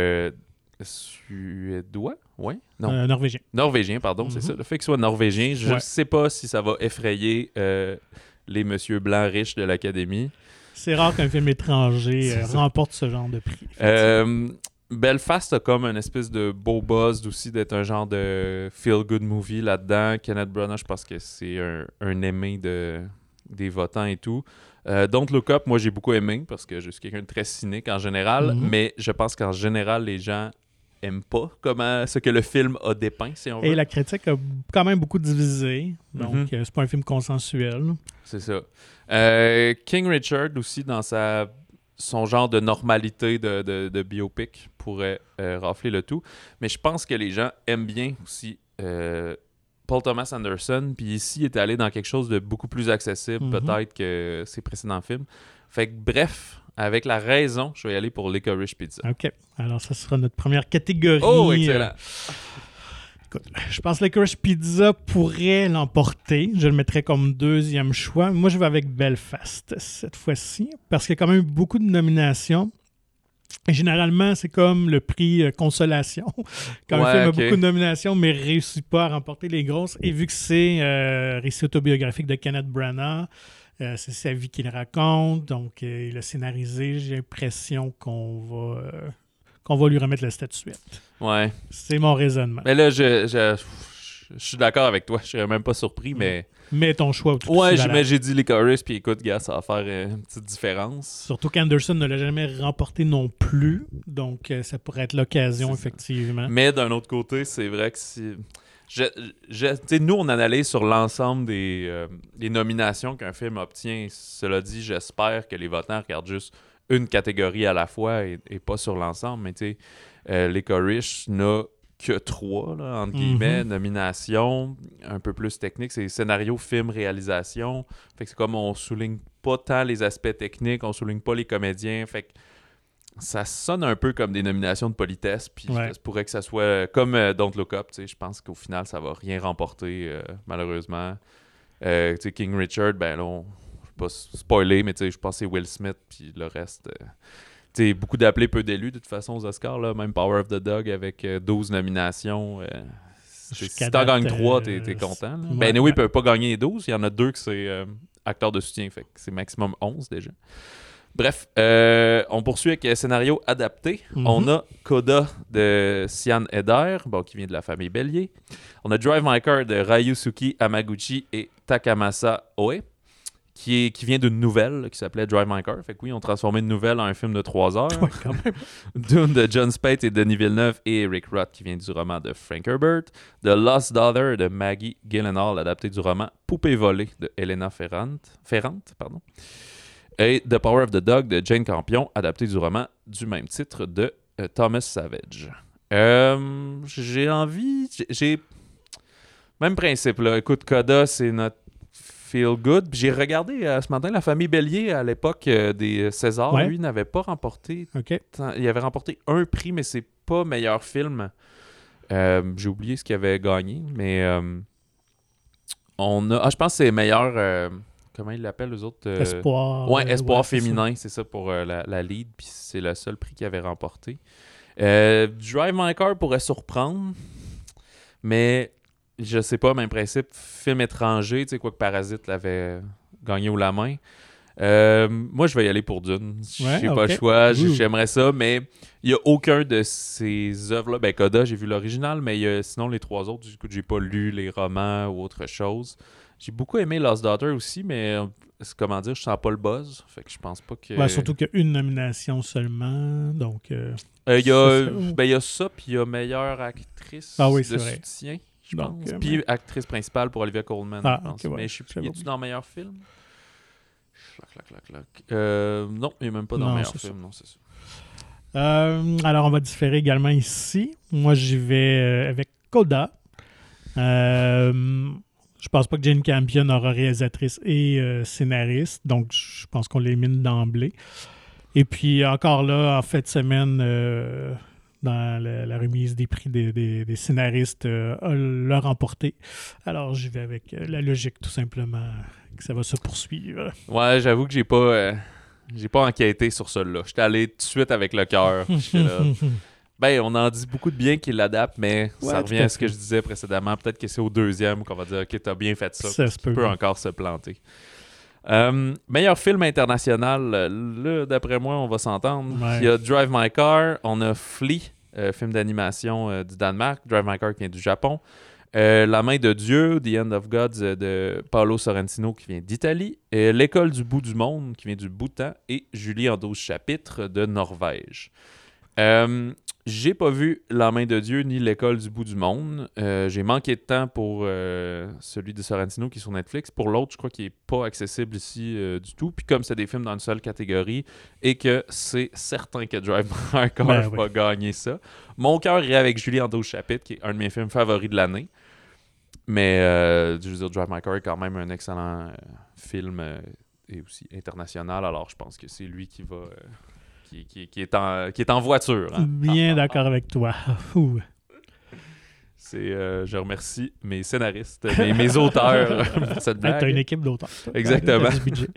suédois, oui? Non. Norvégien. Norvégien, pardon, c'est ça. Le fait qu'il soit norvégien, je ne sais pas si ça va effrayer les messieurs blancs riches de l'Académie. C'est rare qu'un film étranger remporte ce genre de prix. Belfast a comme une espèce de beau buzz aussi d'être un genre de feel-good movie là-dedans. Kenneth Branagh, je pense que c'est un aimé des votants et tout. Don't Look Up, moi j'ai beaucoup aimé parce que je suis quelqu'un de très cynique en général, mais je pense qu'en général, les gens aiment pas ce que le film a dépeint, si on veut. Et la critique a quand même beaucoup divisé, donc c'est pas un film consensuel. C'est ça. King Richard aussi, dans son genre de normalité de biopic, pourrait rafler le tout. Mais je pense que les gens aiment bien aussi Paul Thomas Anderson, puis ici, il est allé dans quelque chose de beaucoup plus accessible, peut-être, que ses précédents films. Fait que, bref, avec la raison, je vais y aller pour Licorice Pizza. OK. Alors, ça sera notre première catégorie. Oh, excellent! Écoute, je pense que Licorice Pizza pourrait l'emporter. Je le mettrais comme deuxième choix. Moi, je vais avec Belfast cette fois-ci, parce qu'il y a quand même eu beaucoup de nominations. Et généralement, c'est comme le prix consolation. Quand un film a beaucoup de nominations, mais ne réussit pas à remporter les grosses. Et vu que c'est récit autobiographique de Kenneth Branagh, c'est sa vie qu'il raconte. Donc, il a scénarisé. J'ai l'impression qu'on va lui remettre la statuette. Ouais. C'est mon raisonnement. Mais là, je je suis d'accord avec toi. Je serais même pas surpris, mais... Mais ton choix... Mais j'ai dit Licorice, puis écoute, gars, ça va faire une petite différence. Surtout qu'Anderson ne l'a jamais remporté non plus, donc ça pourrait être l'occasion, effectivement. Mais d'un autre côté, c'est vrai que si... nous, on analyse sur l'ensemble des nominations qu'un film obtient. Cela dit, j'espère que les votants regardent juste une catégorie à la fois et pas sur l'ensemble. Mais tu sais, Licorice n'a que 3, là, entre guillemets, nominations. Un peu plus techniques, c'est scénario, film, réalisation. Fait que c'est comme on souligne pas tant les aspects techniques, on souligne pas les comédiens. Fait que ça sonne un peu comme des nominations de politesse, puis ça pourrait que ça soit comme Don't Look Up, je pense qu'au final, ça va rien remporter, malheureusement. King Richard, ben là, je vais pas spoiler, mais je pense que c'est Will Smith, puis le reste... beaucoup d'appelés, peu d'élus, de toute façon, aux Oscars, là, même Power of the Dog avec 12 nominations. Si t'en gagnes 3, t'es content. Là. Ben oui, il peut pas gagner les 12, il y en a 2 que c'est acteur de soutien, fait que c'est maximum 11 déjà. Bref, on poursuit avec scénario adapté. On a Coda de Sian Heder, qui vient de la famille Bélier. On a Drive My Car de Ryusuke Hamaguchi et Takamasa Oe, qui vient d'une nouvelle qui s'appelait Drive My Car. Fait que oui, on transformé une nouvelle en un film de 3 heures. Ouais, quand même. Dune de John Spate et Denis Villeneuve et Eric Roth, qui vient du roman de Frank Herbert. The Lost Daughter de Maggie Gyllenhaal, adapté du roman Poupée volée de Elena Ferrante. Et The Power of the Dog de Jane Campion, adapté du roman du même titre de Thomas Savage. J'ai envie... Même principe, là. Écoute, Coda, c'est notre feel good. J'ai regardé ce matin La famille Bélier à l'époque des Césars. Ouais. Lui, n'avait pas remporté... Okay. Il avait remporté un prix, mais c'est pas meilleur film. J'ai oublié ce qu'il avait gagné, mais on a... je pense que c'est meilleur... comment ils l'appellent, eux autres? Espoir. Espoir féminin, c'est ça pour la lead. Puis c'est le seul prix qu'il avait remporté. Drive My Car pourrait surprendre, mais je sais pas, même principe. Film étranger, tu sais, quoi que Parasite l'avait gagné haut la main. Moi, je vais y aller pour Dune. J'ai pas le choix, j'aimerais ça, mais il y a aucun de ces œuvres-là. Ben, Coda, j'ai vu l'original, mais sinon, les 3 autres, du coup, j'ai pas lu les romans ou autre chose. J'ai beaucoup aimé Lost Daughter aussi, mais comment dire, je sens pas le buzz. Fait que je pense pas que... Ben, surtout qu'il y a une nomination seulement, donc... il y a ça, puis il y a meilleure actrice de soutien, je pense. Puis actrice principale pour Olivia Colman, je pense. Okay, mais je sais plus, y a-tu dans meilleur film? Non, il n'y a même pas dans meilleur film, non, c'est ça. Alors, on va différer également ici. Moi, j'y vais avec Coda. Je pense pas que Jane Campion aura réalisatrice et scénariste, donc je pense qu'on l'élimine d'emblée. Et puis encore là, en fin de semaine, dans la remise des prix des scénaristes, l'a remporté. Alors j'y vais avec la logique tout simplement, que ça va se poursuivre. Ouais, j'avoue que j'ai pas enquêté sur celui-là. J'étais allé tout de suite avec le cœur. Ben, on en dit beaucoup de bien qu'il l'adapte, mais ça revient à ce que je disais précédemment. Peut-être que c'est au 2e qu'on va dire « Ok, t'as bien fait ça. » Ça peut encore se planter. Meilleur film international, là, d'après moi, on va s'entendre. Ouais. Il y a Drive My Car, on a Flea, film d'animation du Danemark. Drive My Car qui vient du Japon. La main de Dieu, The End of Gods de Paolo Sorrentino qui vient d'Italie. L'école du bout du monde qui vient du Bhoutan. Et Julie en 12 chapitres de Norvège. J'ai pas vu La main de Dieu ni L'école du bout du monde. J'ai manqué de temps pour celui de Sorrentino qui est sur Netflix. Pour l'autre, je crois qu'il est pas accessible ici du tout. Puis comme c'est des films dans une seule catégorie et que c'est certain que Drive My Car va gagner ça. Mon cœur irait avec Julie en 12 chapitres, qui est un de mes films favoris de l'année. Mais je veux dire, Drive My Car est quand même un excellent film et aussi international. Alors je pense que c'est lui qui va... Qui est en voiture. Hein? Bien d'accord avec toi. Je remercie mes scénaristes, mes auteurs pour cette blague. Tu as une équipe d'auteurs. Exactement.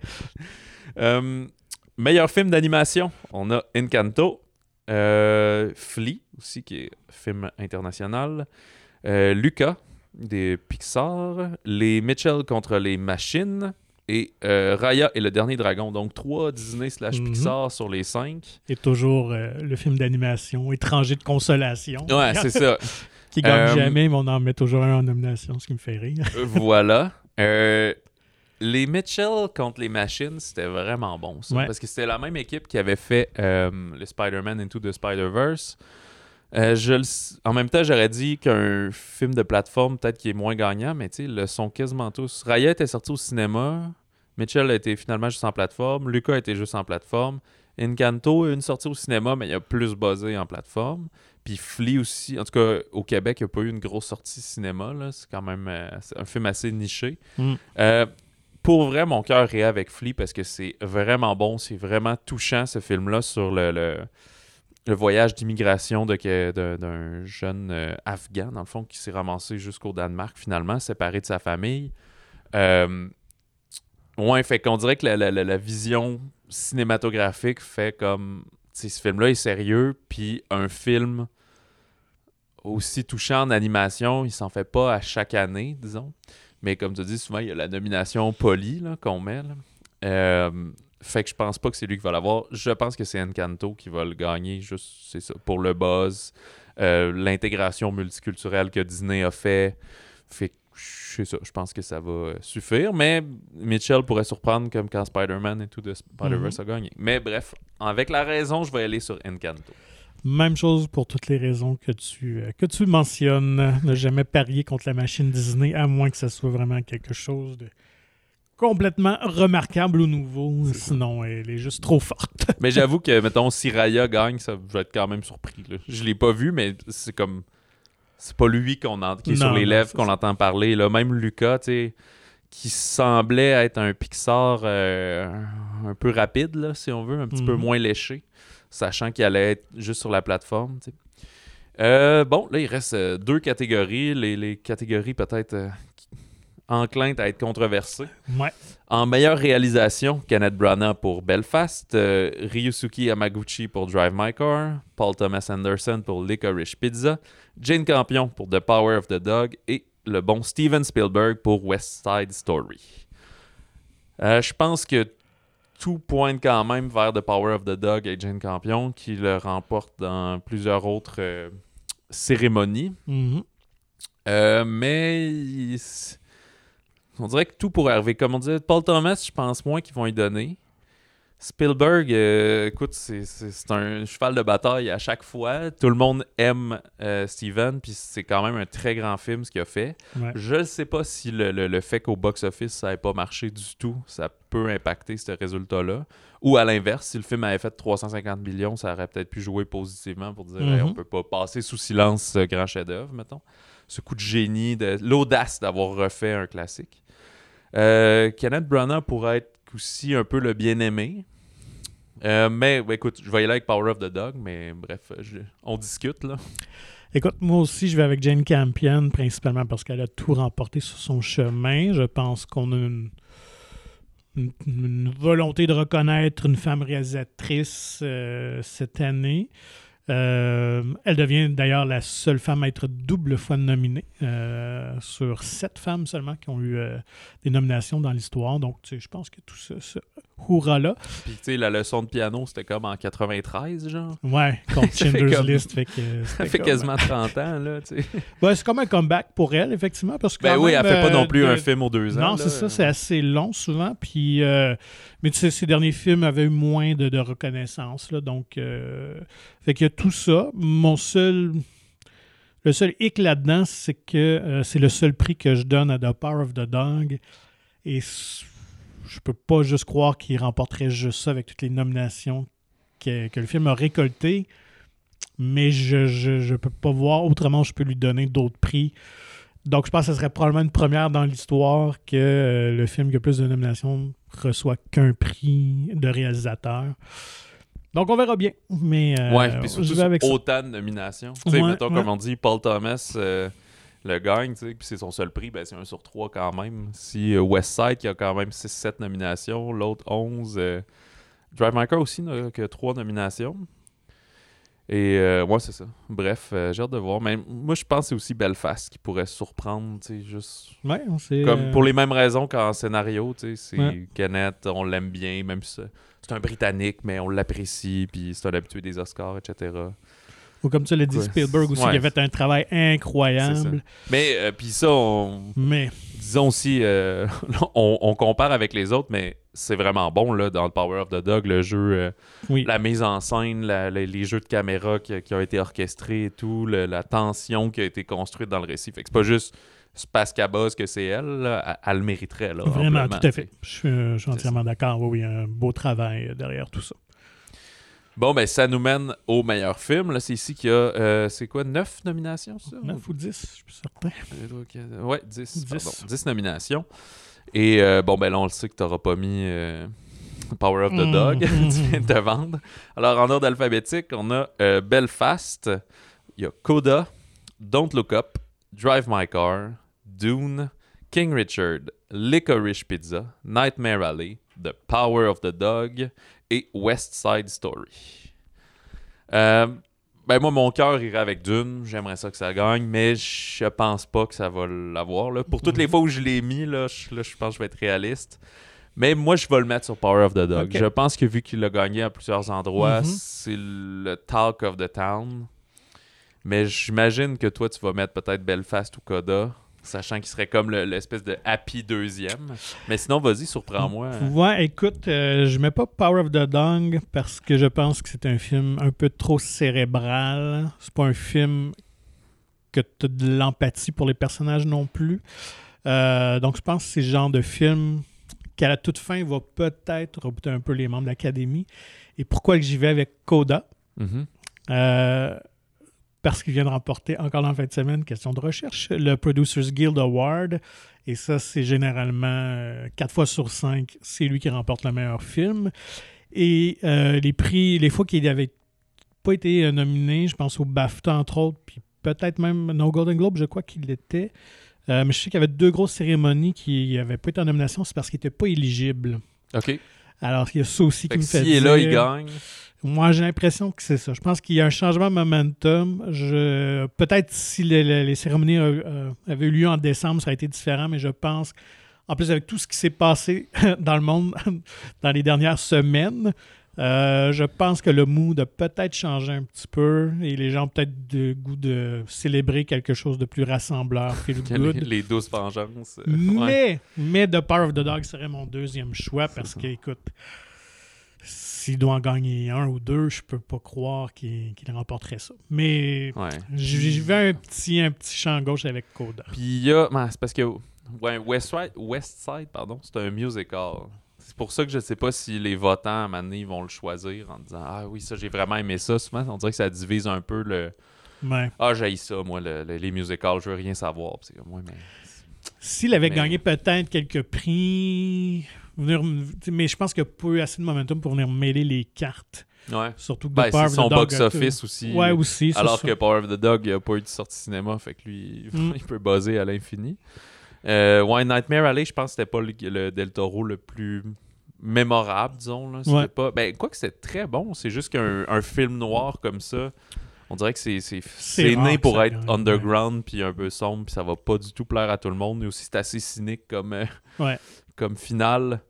Meilleur film d'animation, on a Encanto, Flea aussi, qui est film international, Luca, des Pixar, Les Mitchell contre les machines, et Raya et le dernier dragon. Donc 3 Disney/Pixar sur les 5. Et toujours le film d'animation étranger de consolation. Ouais, c'est ça. Qui gagne jamais, mais on en met toujours un en nomination, ce qui me fait rire. Voilà. Les Mitchell contre les Machines, c'était vraiment bon, ça. Parce que c'était la même équipe qui avait fait le Spider-Man Into the Spider-Verse. En même temps, j'aurais dit qu'un film de plateforme, peut-être qu'il est moins gagnant, mais tu sais, ils le sont quasiment tous. Raya était sorti au cinéma. Mitchell a été finalement juste en plateforme. Lucas a été juste en plateforme. Encanto a une sortie au cinéma, mais il a plus buzzé en plateforme. Puis Flea aussi, en tout cas, au Québec, il n'y a pas eu une grosse sortie cinéma. Là. C'est quand même c'est un film assez niché. Pour vrai, mon cœur est avec Flea parce que c'est vraiment bon. C'est vraiment touchant, ce film-là, sur le voyage d'immigration d'un jeune Afghan, dans le fond, qui s'est ramassé jusqu'au Danemark, finalement, séparé de sa famille. Ouais, fait qu'on dirait que la vision cinématographique fait comme... Ce film-là est sérieux, puis un film aussi touchant en animation, il s'en fait pas à chaque année, disons. Mais comme tu dis, souvent, il y a la nomination Polly là, qu'on met. Là. Fait que je pense pas que c'est lui qui va l'avoir. Je pense que c'est Encanto qui va le gagner, juste, c'est ça, pour le buzz, l'intégration multiculturelle que Disney a fait. Fait que c'est ça, je pense que ça va suffire. Mais Mitchell pourrait surprendre comme quand Spider-Man Into the Spider-Verse a gagné. Mais bref, avec la raison, je vais aller sur Encanto. Même chose pour toutes les raisons que tu mentionnes. Ne jamais parier contre la machine Disney, à moins que ce soit vraiment quelque chose de complètement remarquable ou nouveau. Sinon, elle est juste trop forte. Mais j'avoue que, mettons, si Raya gagne, ça je vais être quand même surpris. Là. Je l'ai pas vu, mais c'est comme... C'est pas lui qui est sur les lèvres qu'on entend parler. Là. Même Lucas, tu sais, qui semblait être un Pixar un peu rapide, là, si on veut, un petit peu moins léché, sachant qu'il allait être juste sur la plateforme. Tu sais. Bon, là, il reste 2 catégories. Les catégories peut-être enclines à être controversées. Ouais. En meilleure réalisation, Kenneth Branagh pour Belfast, Ryusuke Hamaguchi pour Drive My Car, Paul Thomas Anderson pour Licorice Pizza, Jane Campion pour The Power of the Dog et le bon Steven Spielberg pour West Side Story. Je pense que tout pointe quand même vers The Power of the Dog et Jane Campion qui le remporte dans plusieurs autres cérémonies. Mais on dirait que tout pourrait arriver. Comme on disait, Paul Thomas, je pense moins qu'ils vont y donner. Spielberg, écoute, c'est un cheval de bataille à chaque fois. Tout le monde aime Steven, puis c'est quand même un très grand film ce qu'il a fait. Ouais. Je ne sais pas si le fait qu'au box-office, ça n'ait pas marché du tout, ça peut impacter ce résultat-là. Ou à l'inverse, si le film avait fait 350 millions, ça aurait peut-être pu jouer positivement pour dire hey, on peut pas passer sous silence ce grand chef-d'œuvre, mettons. Ce coup de génie, l'audace d'avoir refait un classique. Kenneth Branagh pourrait être aussi un peu le bien-aimé. Mais écoute, je vais y aller avec Power of the Dog, mais bref, on discute là. Écoute, moi aussi, je vais avec Jane Campion, principalement parce qu'elle a tout remporté sur son chemin. Je pense qu'on a une volonté de reconnaître une femme réalisatrice cette année. Elle devient d'ailleurs la seule femme à être double fois nominée sur 7 femmes seulement qui ont eu des nominations dans l'histoire. Donc, tu sais, je pense que tout ça, ce hurrah-là. Puis, tu sais, la leçon de piano, c'était comme en 93, genre. Ouais, contre Schindler's List. Ça fait quasiment 30 ans, là, tu sais. Ouais, c'est comme un comeback pour elle, effectivement. Parce que oui, elle fait pas non plus un film aux 2 ans. Non, là. C'est ça, c'est assez long souvent. Puis, mais tu sais, ces derniers films avaient eu moins de reconnaissance. Là, donc, fait qu'il y a tout ça. Le seul hic là-dedans, c'est que c'est le seul prix que je donne à The Power of the Dog. Et je peux pas juste croire qu'il remporterait juste ça avec toutes les nominations que le film a récoltées. Mais je peux pas voir autrement je peux lui donner d'autres prix. Donc, je pense que ce serait probablement une première dans l'histoire que le film qui a plus de nominations reçoit qu'un prix de réalisateur. Donc, on verra bien. Mais puis surtout avec autant de nominations. Tu sais, mettons, comme on dit, Paul Thomas le gagne, tu sais, puis c'est son seul prix, ben c'est 1 sur 3 quand même. Si West Side, qui a quand même 6-7 nominations, l'autre 11. Drive My Car aussi n'a que 3 nominations. Et ouais, c'est ça. Bref, j'ai hâte de voir. Mais moi, je pense que c'est aussi Belfast qui pourrait surprendre, tu sais, juste... Ouais, c'est... Comme pour les mêmes raisons qu'en scénario, tu sais, c'est Kenneth, on l'aime bien, même si c'est un Britannique, mais on l'apprécie, puis c'est un habitué des Oscars, etc. Ou comme tu l'as dit, Spielberg aussi, il a fait un travail incroyable. Mais, puis ça, disons aussi, on compare avec les autres, mais c'est vraiment bon, là, dans le Power of the Dog, le jeu, la mise en scène, les jeux de caméra qui ont été orchestrés et tout, la tension qui a été construite dans le récit. Fait que c'est pas juste Spascabaz que c'est elle, là, elle le mériterait, là. Vraiment, tout à fait. Je suis entièrement d'accord. Oui, un beau travail derrière tout ça. Bon, ben ça nous mène au meilleur film. Là, c'est ici qu'il y a, c'est quoi, 9 nominations, ça? 9 ou 10, je suis certain. Ouais, 10. Pardon, 10 nominations. Et bon, ben là, on le sait que tu n'auras pas mis Power of the Dog. Tu viens de te vendre. Alors, en ordre alphabétique, on a Belfast, il y a Coda, Don't Look Up, Drive My Car, Dune, King Richard, Licorice Pizza, Nightmare Alley, The Power of the Dog et West Side Story. Ben moi, mon cœur irait avec Dune. J'aimerais ça que ça gagne, mais je pense pas que ça va l'avoir. Là. Pour toutes les fois où je l'ai mis, là, je pense que je vais être réaliste. Mais moi, je vais le mettre sur Power of the Dog. Okay. Je pense que vu qu'il l'a gagné à plusieurs endroits, c'est le talk of the town. Mais j'imagine que toi, tu vas mettre peut-être Belfast ou Coda, sachant qu'il serait comme l'espèce de happy deuxième. Mais sinon, vas-y, surprends-moi. Ouais, écoute, je mets pas Power of the Dog parce que je pense que c'est un film un peu trop cérébral. C'est pas un film que tu as de l'empathie pour les personnages non plus. Donc, je pense que c'est le genre de film qu'à la toute fin, va peut-être rebuter un peu les membres de l'Académie. Et pourquoi que j'y vais avec Coda? Parce qu'il vient de remporter, encore dans la fin de semaine, question de recherche, le Producers Guild Award. Et ça, c'est généralement 4 fois sur 5, c'est lui qui remporte le meilleur film. Et les prix, les fois qu'il n'avait pas été nominé, je pense au BAFTA, entre autres, puis peut-être même au Golden Globe, je crois qu'il l'était. Mais je sais qu'il y avait 2 grosses cérémonies qui n'avaient pas été en nomination, c'est parce qu'il n'était pas éligible. OK. Alors, il y a ça aussi qui me fait dire... S'il est là, il gagne. Moi, j'ai l'impression que c'est ça. Je pense qu'il y a un changement de momentum. Peut-être si les cérémonies avaient eu lieu en décembre, ça aurait été différent, mais je pense, en plus avec tout ce qui s'est passé dans le monde dans les dernières semaines, je pense que le mood a peut-être changé un petit peu et les gens ont peut-être le goût de célébrer quelque chose de plus rassembleur. Les 12 vengeances. Mais The Power of the Dog serait mon deuxième choix parce que, écoute, s'il doit en gagner 1 ou 2, je peux pas croire qu'il remporterait ça. Mais j'y vais un petit champ gauche avec Coda. Puis il y a... c'est parce que West Side, c'est un musical. C'est pour ça que je sais pas si les votants, à un moment donné, ils vont le choisir en disant « Ah oui, ça, j'ai vraiment aimé ça. » Souvent, on dirait que ça divise un peu le... Ah, j'haïs ça, moi, les musicals, je veux rien savoir. Puis c'est comme, mais... S'il avait gagné peut-être quelques prix... Mais je pense qu'il n'y a pas eu assez de momentum pour venir mêler les cartes. Ouais. Surtout que c'est son box-office aussi. Ouais, aussi. Alors que Power of the Dog, il n'a pas eu de sortie cinéma, fait que lui, il peut buzzer à l'infini. Nightmare Alley, je pense que c'était pas le Del Toro le plus mémorable, disons. Là. C'était pas... quoique c'était très bon, c'est juste qu'un film noir comme ça, on dirait que c'est né pour être underground puis un peu sombre, puis ça va pas du tout plaire à tout le monde. Mais aussi, c'est assez cynique comme finale.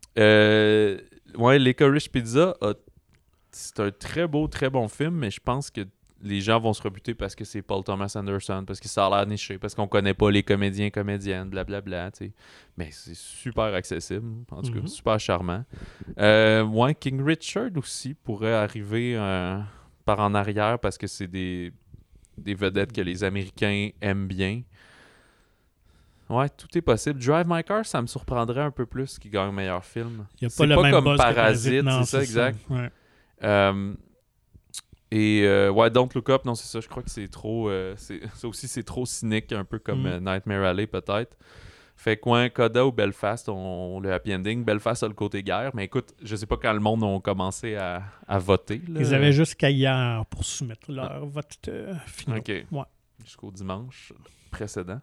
Licorice Pizza, c'est un très bon film, mais je pense que les gens vont se rebuter parce que c'est Paul Thomas Anderson, parce que ça a l'air niché, parce qu'on connaît pas les comédiennes, blablabla, tu sais. Mais c'est super accessible, en tout cas, super charmant. King Richard aussi pourrait arriver par en arrière parce que c'est des vedettes que les Américains aiment bien. Ouais, tout est possible. Drive My Car, ça me surprendrait un peu plus qu'il gagne meilleur film. C'est pas comme Parasite, c'est ça, exact. Ouais. Don't Look Up, non, c'est ça, je crois que c'est trop... ça aussi, c'est trop cynique, un peu comme Nightmare Alley, peut-être. Fait que, Coda ou Belfast ont le happy ending. Belfast a le côté guerre, mais écoute, je sais pas quand le monde a commencé à voter. Là. Ils avaient jusqu'à hier pour soumettre leur vote final. OK. Ouais. Jusqu'au dimanche précédent.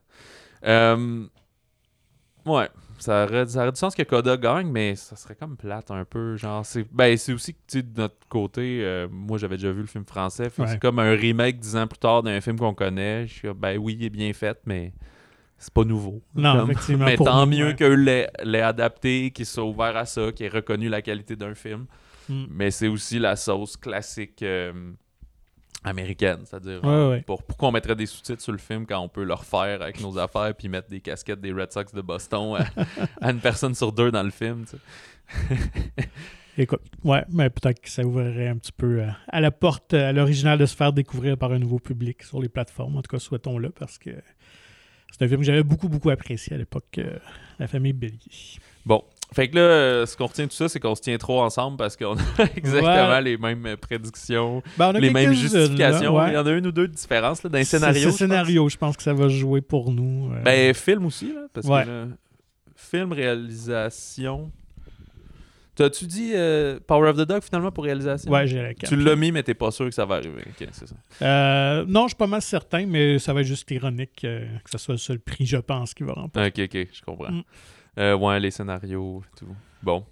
Ça aurait du sens que Coda gagne, mais ça serait comme plate un peu. Genre, c'est aussi que, tu sais, de notre côté, moi j'avais déjà vu le film français. C'est comme un remake 10 ans plus tard d'un film qu'on connaît. Je suis oui, il est bien fait, mais c'est pas nouveau. Non, effectivement. Mais tant mieux qu'eux l'aient adapté, qu'ils soient ouverts à ça, qu'ils aient reconnu la qualité d'un film. Mais c'est aussi la sauce classique américaine, c'est-à-dire Ouais. pourquoi on mettrait des sous-titres sur le film quand on peut le refaire avec nos affaires puis mettre des casquettes des Red Sox de Boston à une personne sur deux dans le film, tu sais. Écoute, mais peut-être que ça ouvrirait un petit peu à la porte à l'original de se faire découvrir par un nouveau public sur les plateformes. En tout cas, souhaitons-le, parce que c'est un film que j'avais beaucoup, beaucoup apprécié à l'époque, La famille Bélier. Bon, fait que là, ce qu'on retient de tout ça, c'est qu'on se tient trop ensemble parce qu'on a exactement les mêmes prédictions, les mêmes justifications. Là, Il y en a une ou deux de différences là, dans les scénarios. C'est scénario, je pense que ça va jouer pour nous. Ben, film aussi, là, parce que là, film, réalisation... T'as-tu dit Power of the Dog finalement pour réalisation? Ouais, j'ai la carte. Tu l'as mis, mais t'es pas sûr que ça va arriver. Ok, c'est ça. Non, je suis pas mal certain, mais ça va être juste ironique que ce soit le seul prix, je pense, qui va remporter. Ok, je comprends. Ouais, les scénarios et tout. Bon.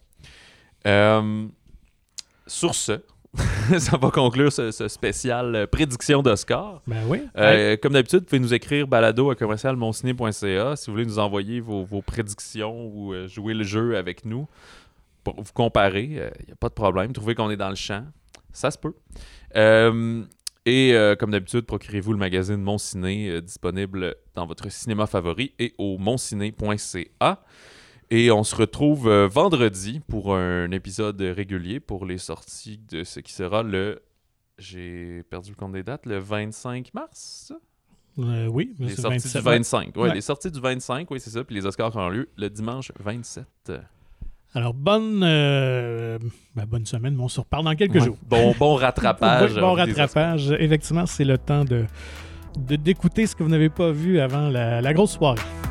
Sur ce, ça va conclure ce spécial prédiction d'Oscar. Ben oui. Comme d'habitude, vous pouvez nous écrire balado@commercialmonciné.ca si vous voulez nous envoyer vos prédictions ou jouer le jeu avec nous. Pour vous comparer, il n'y a pas de problème. Trouvez qu'on est dans le champ. Ça se peut. Et comme d'habitude, procurez-vous le magazine Mon Ciné disponible dans votre cinéma favori et au monciné.ca. Et on se retrouve vendredi pour un épisode régulier pour les sorties de ce qui sera j'ai perdu le compte des dates, le 25 mars? Oui, les sorties 27, du 25. Ouais. Les sorties du 25, oui, c'est ça. Puis les Oscars auront lieu le dimanche 27. Alors, bonne semaine, mais on se reparle dans quelques jours. Bon rattrapage. Bon rattrapage. Effectivement, c'est le temps d'écouter ce que vous n'avez pas vu avant la grosse soirée.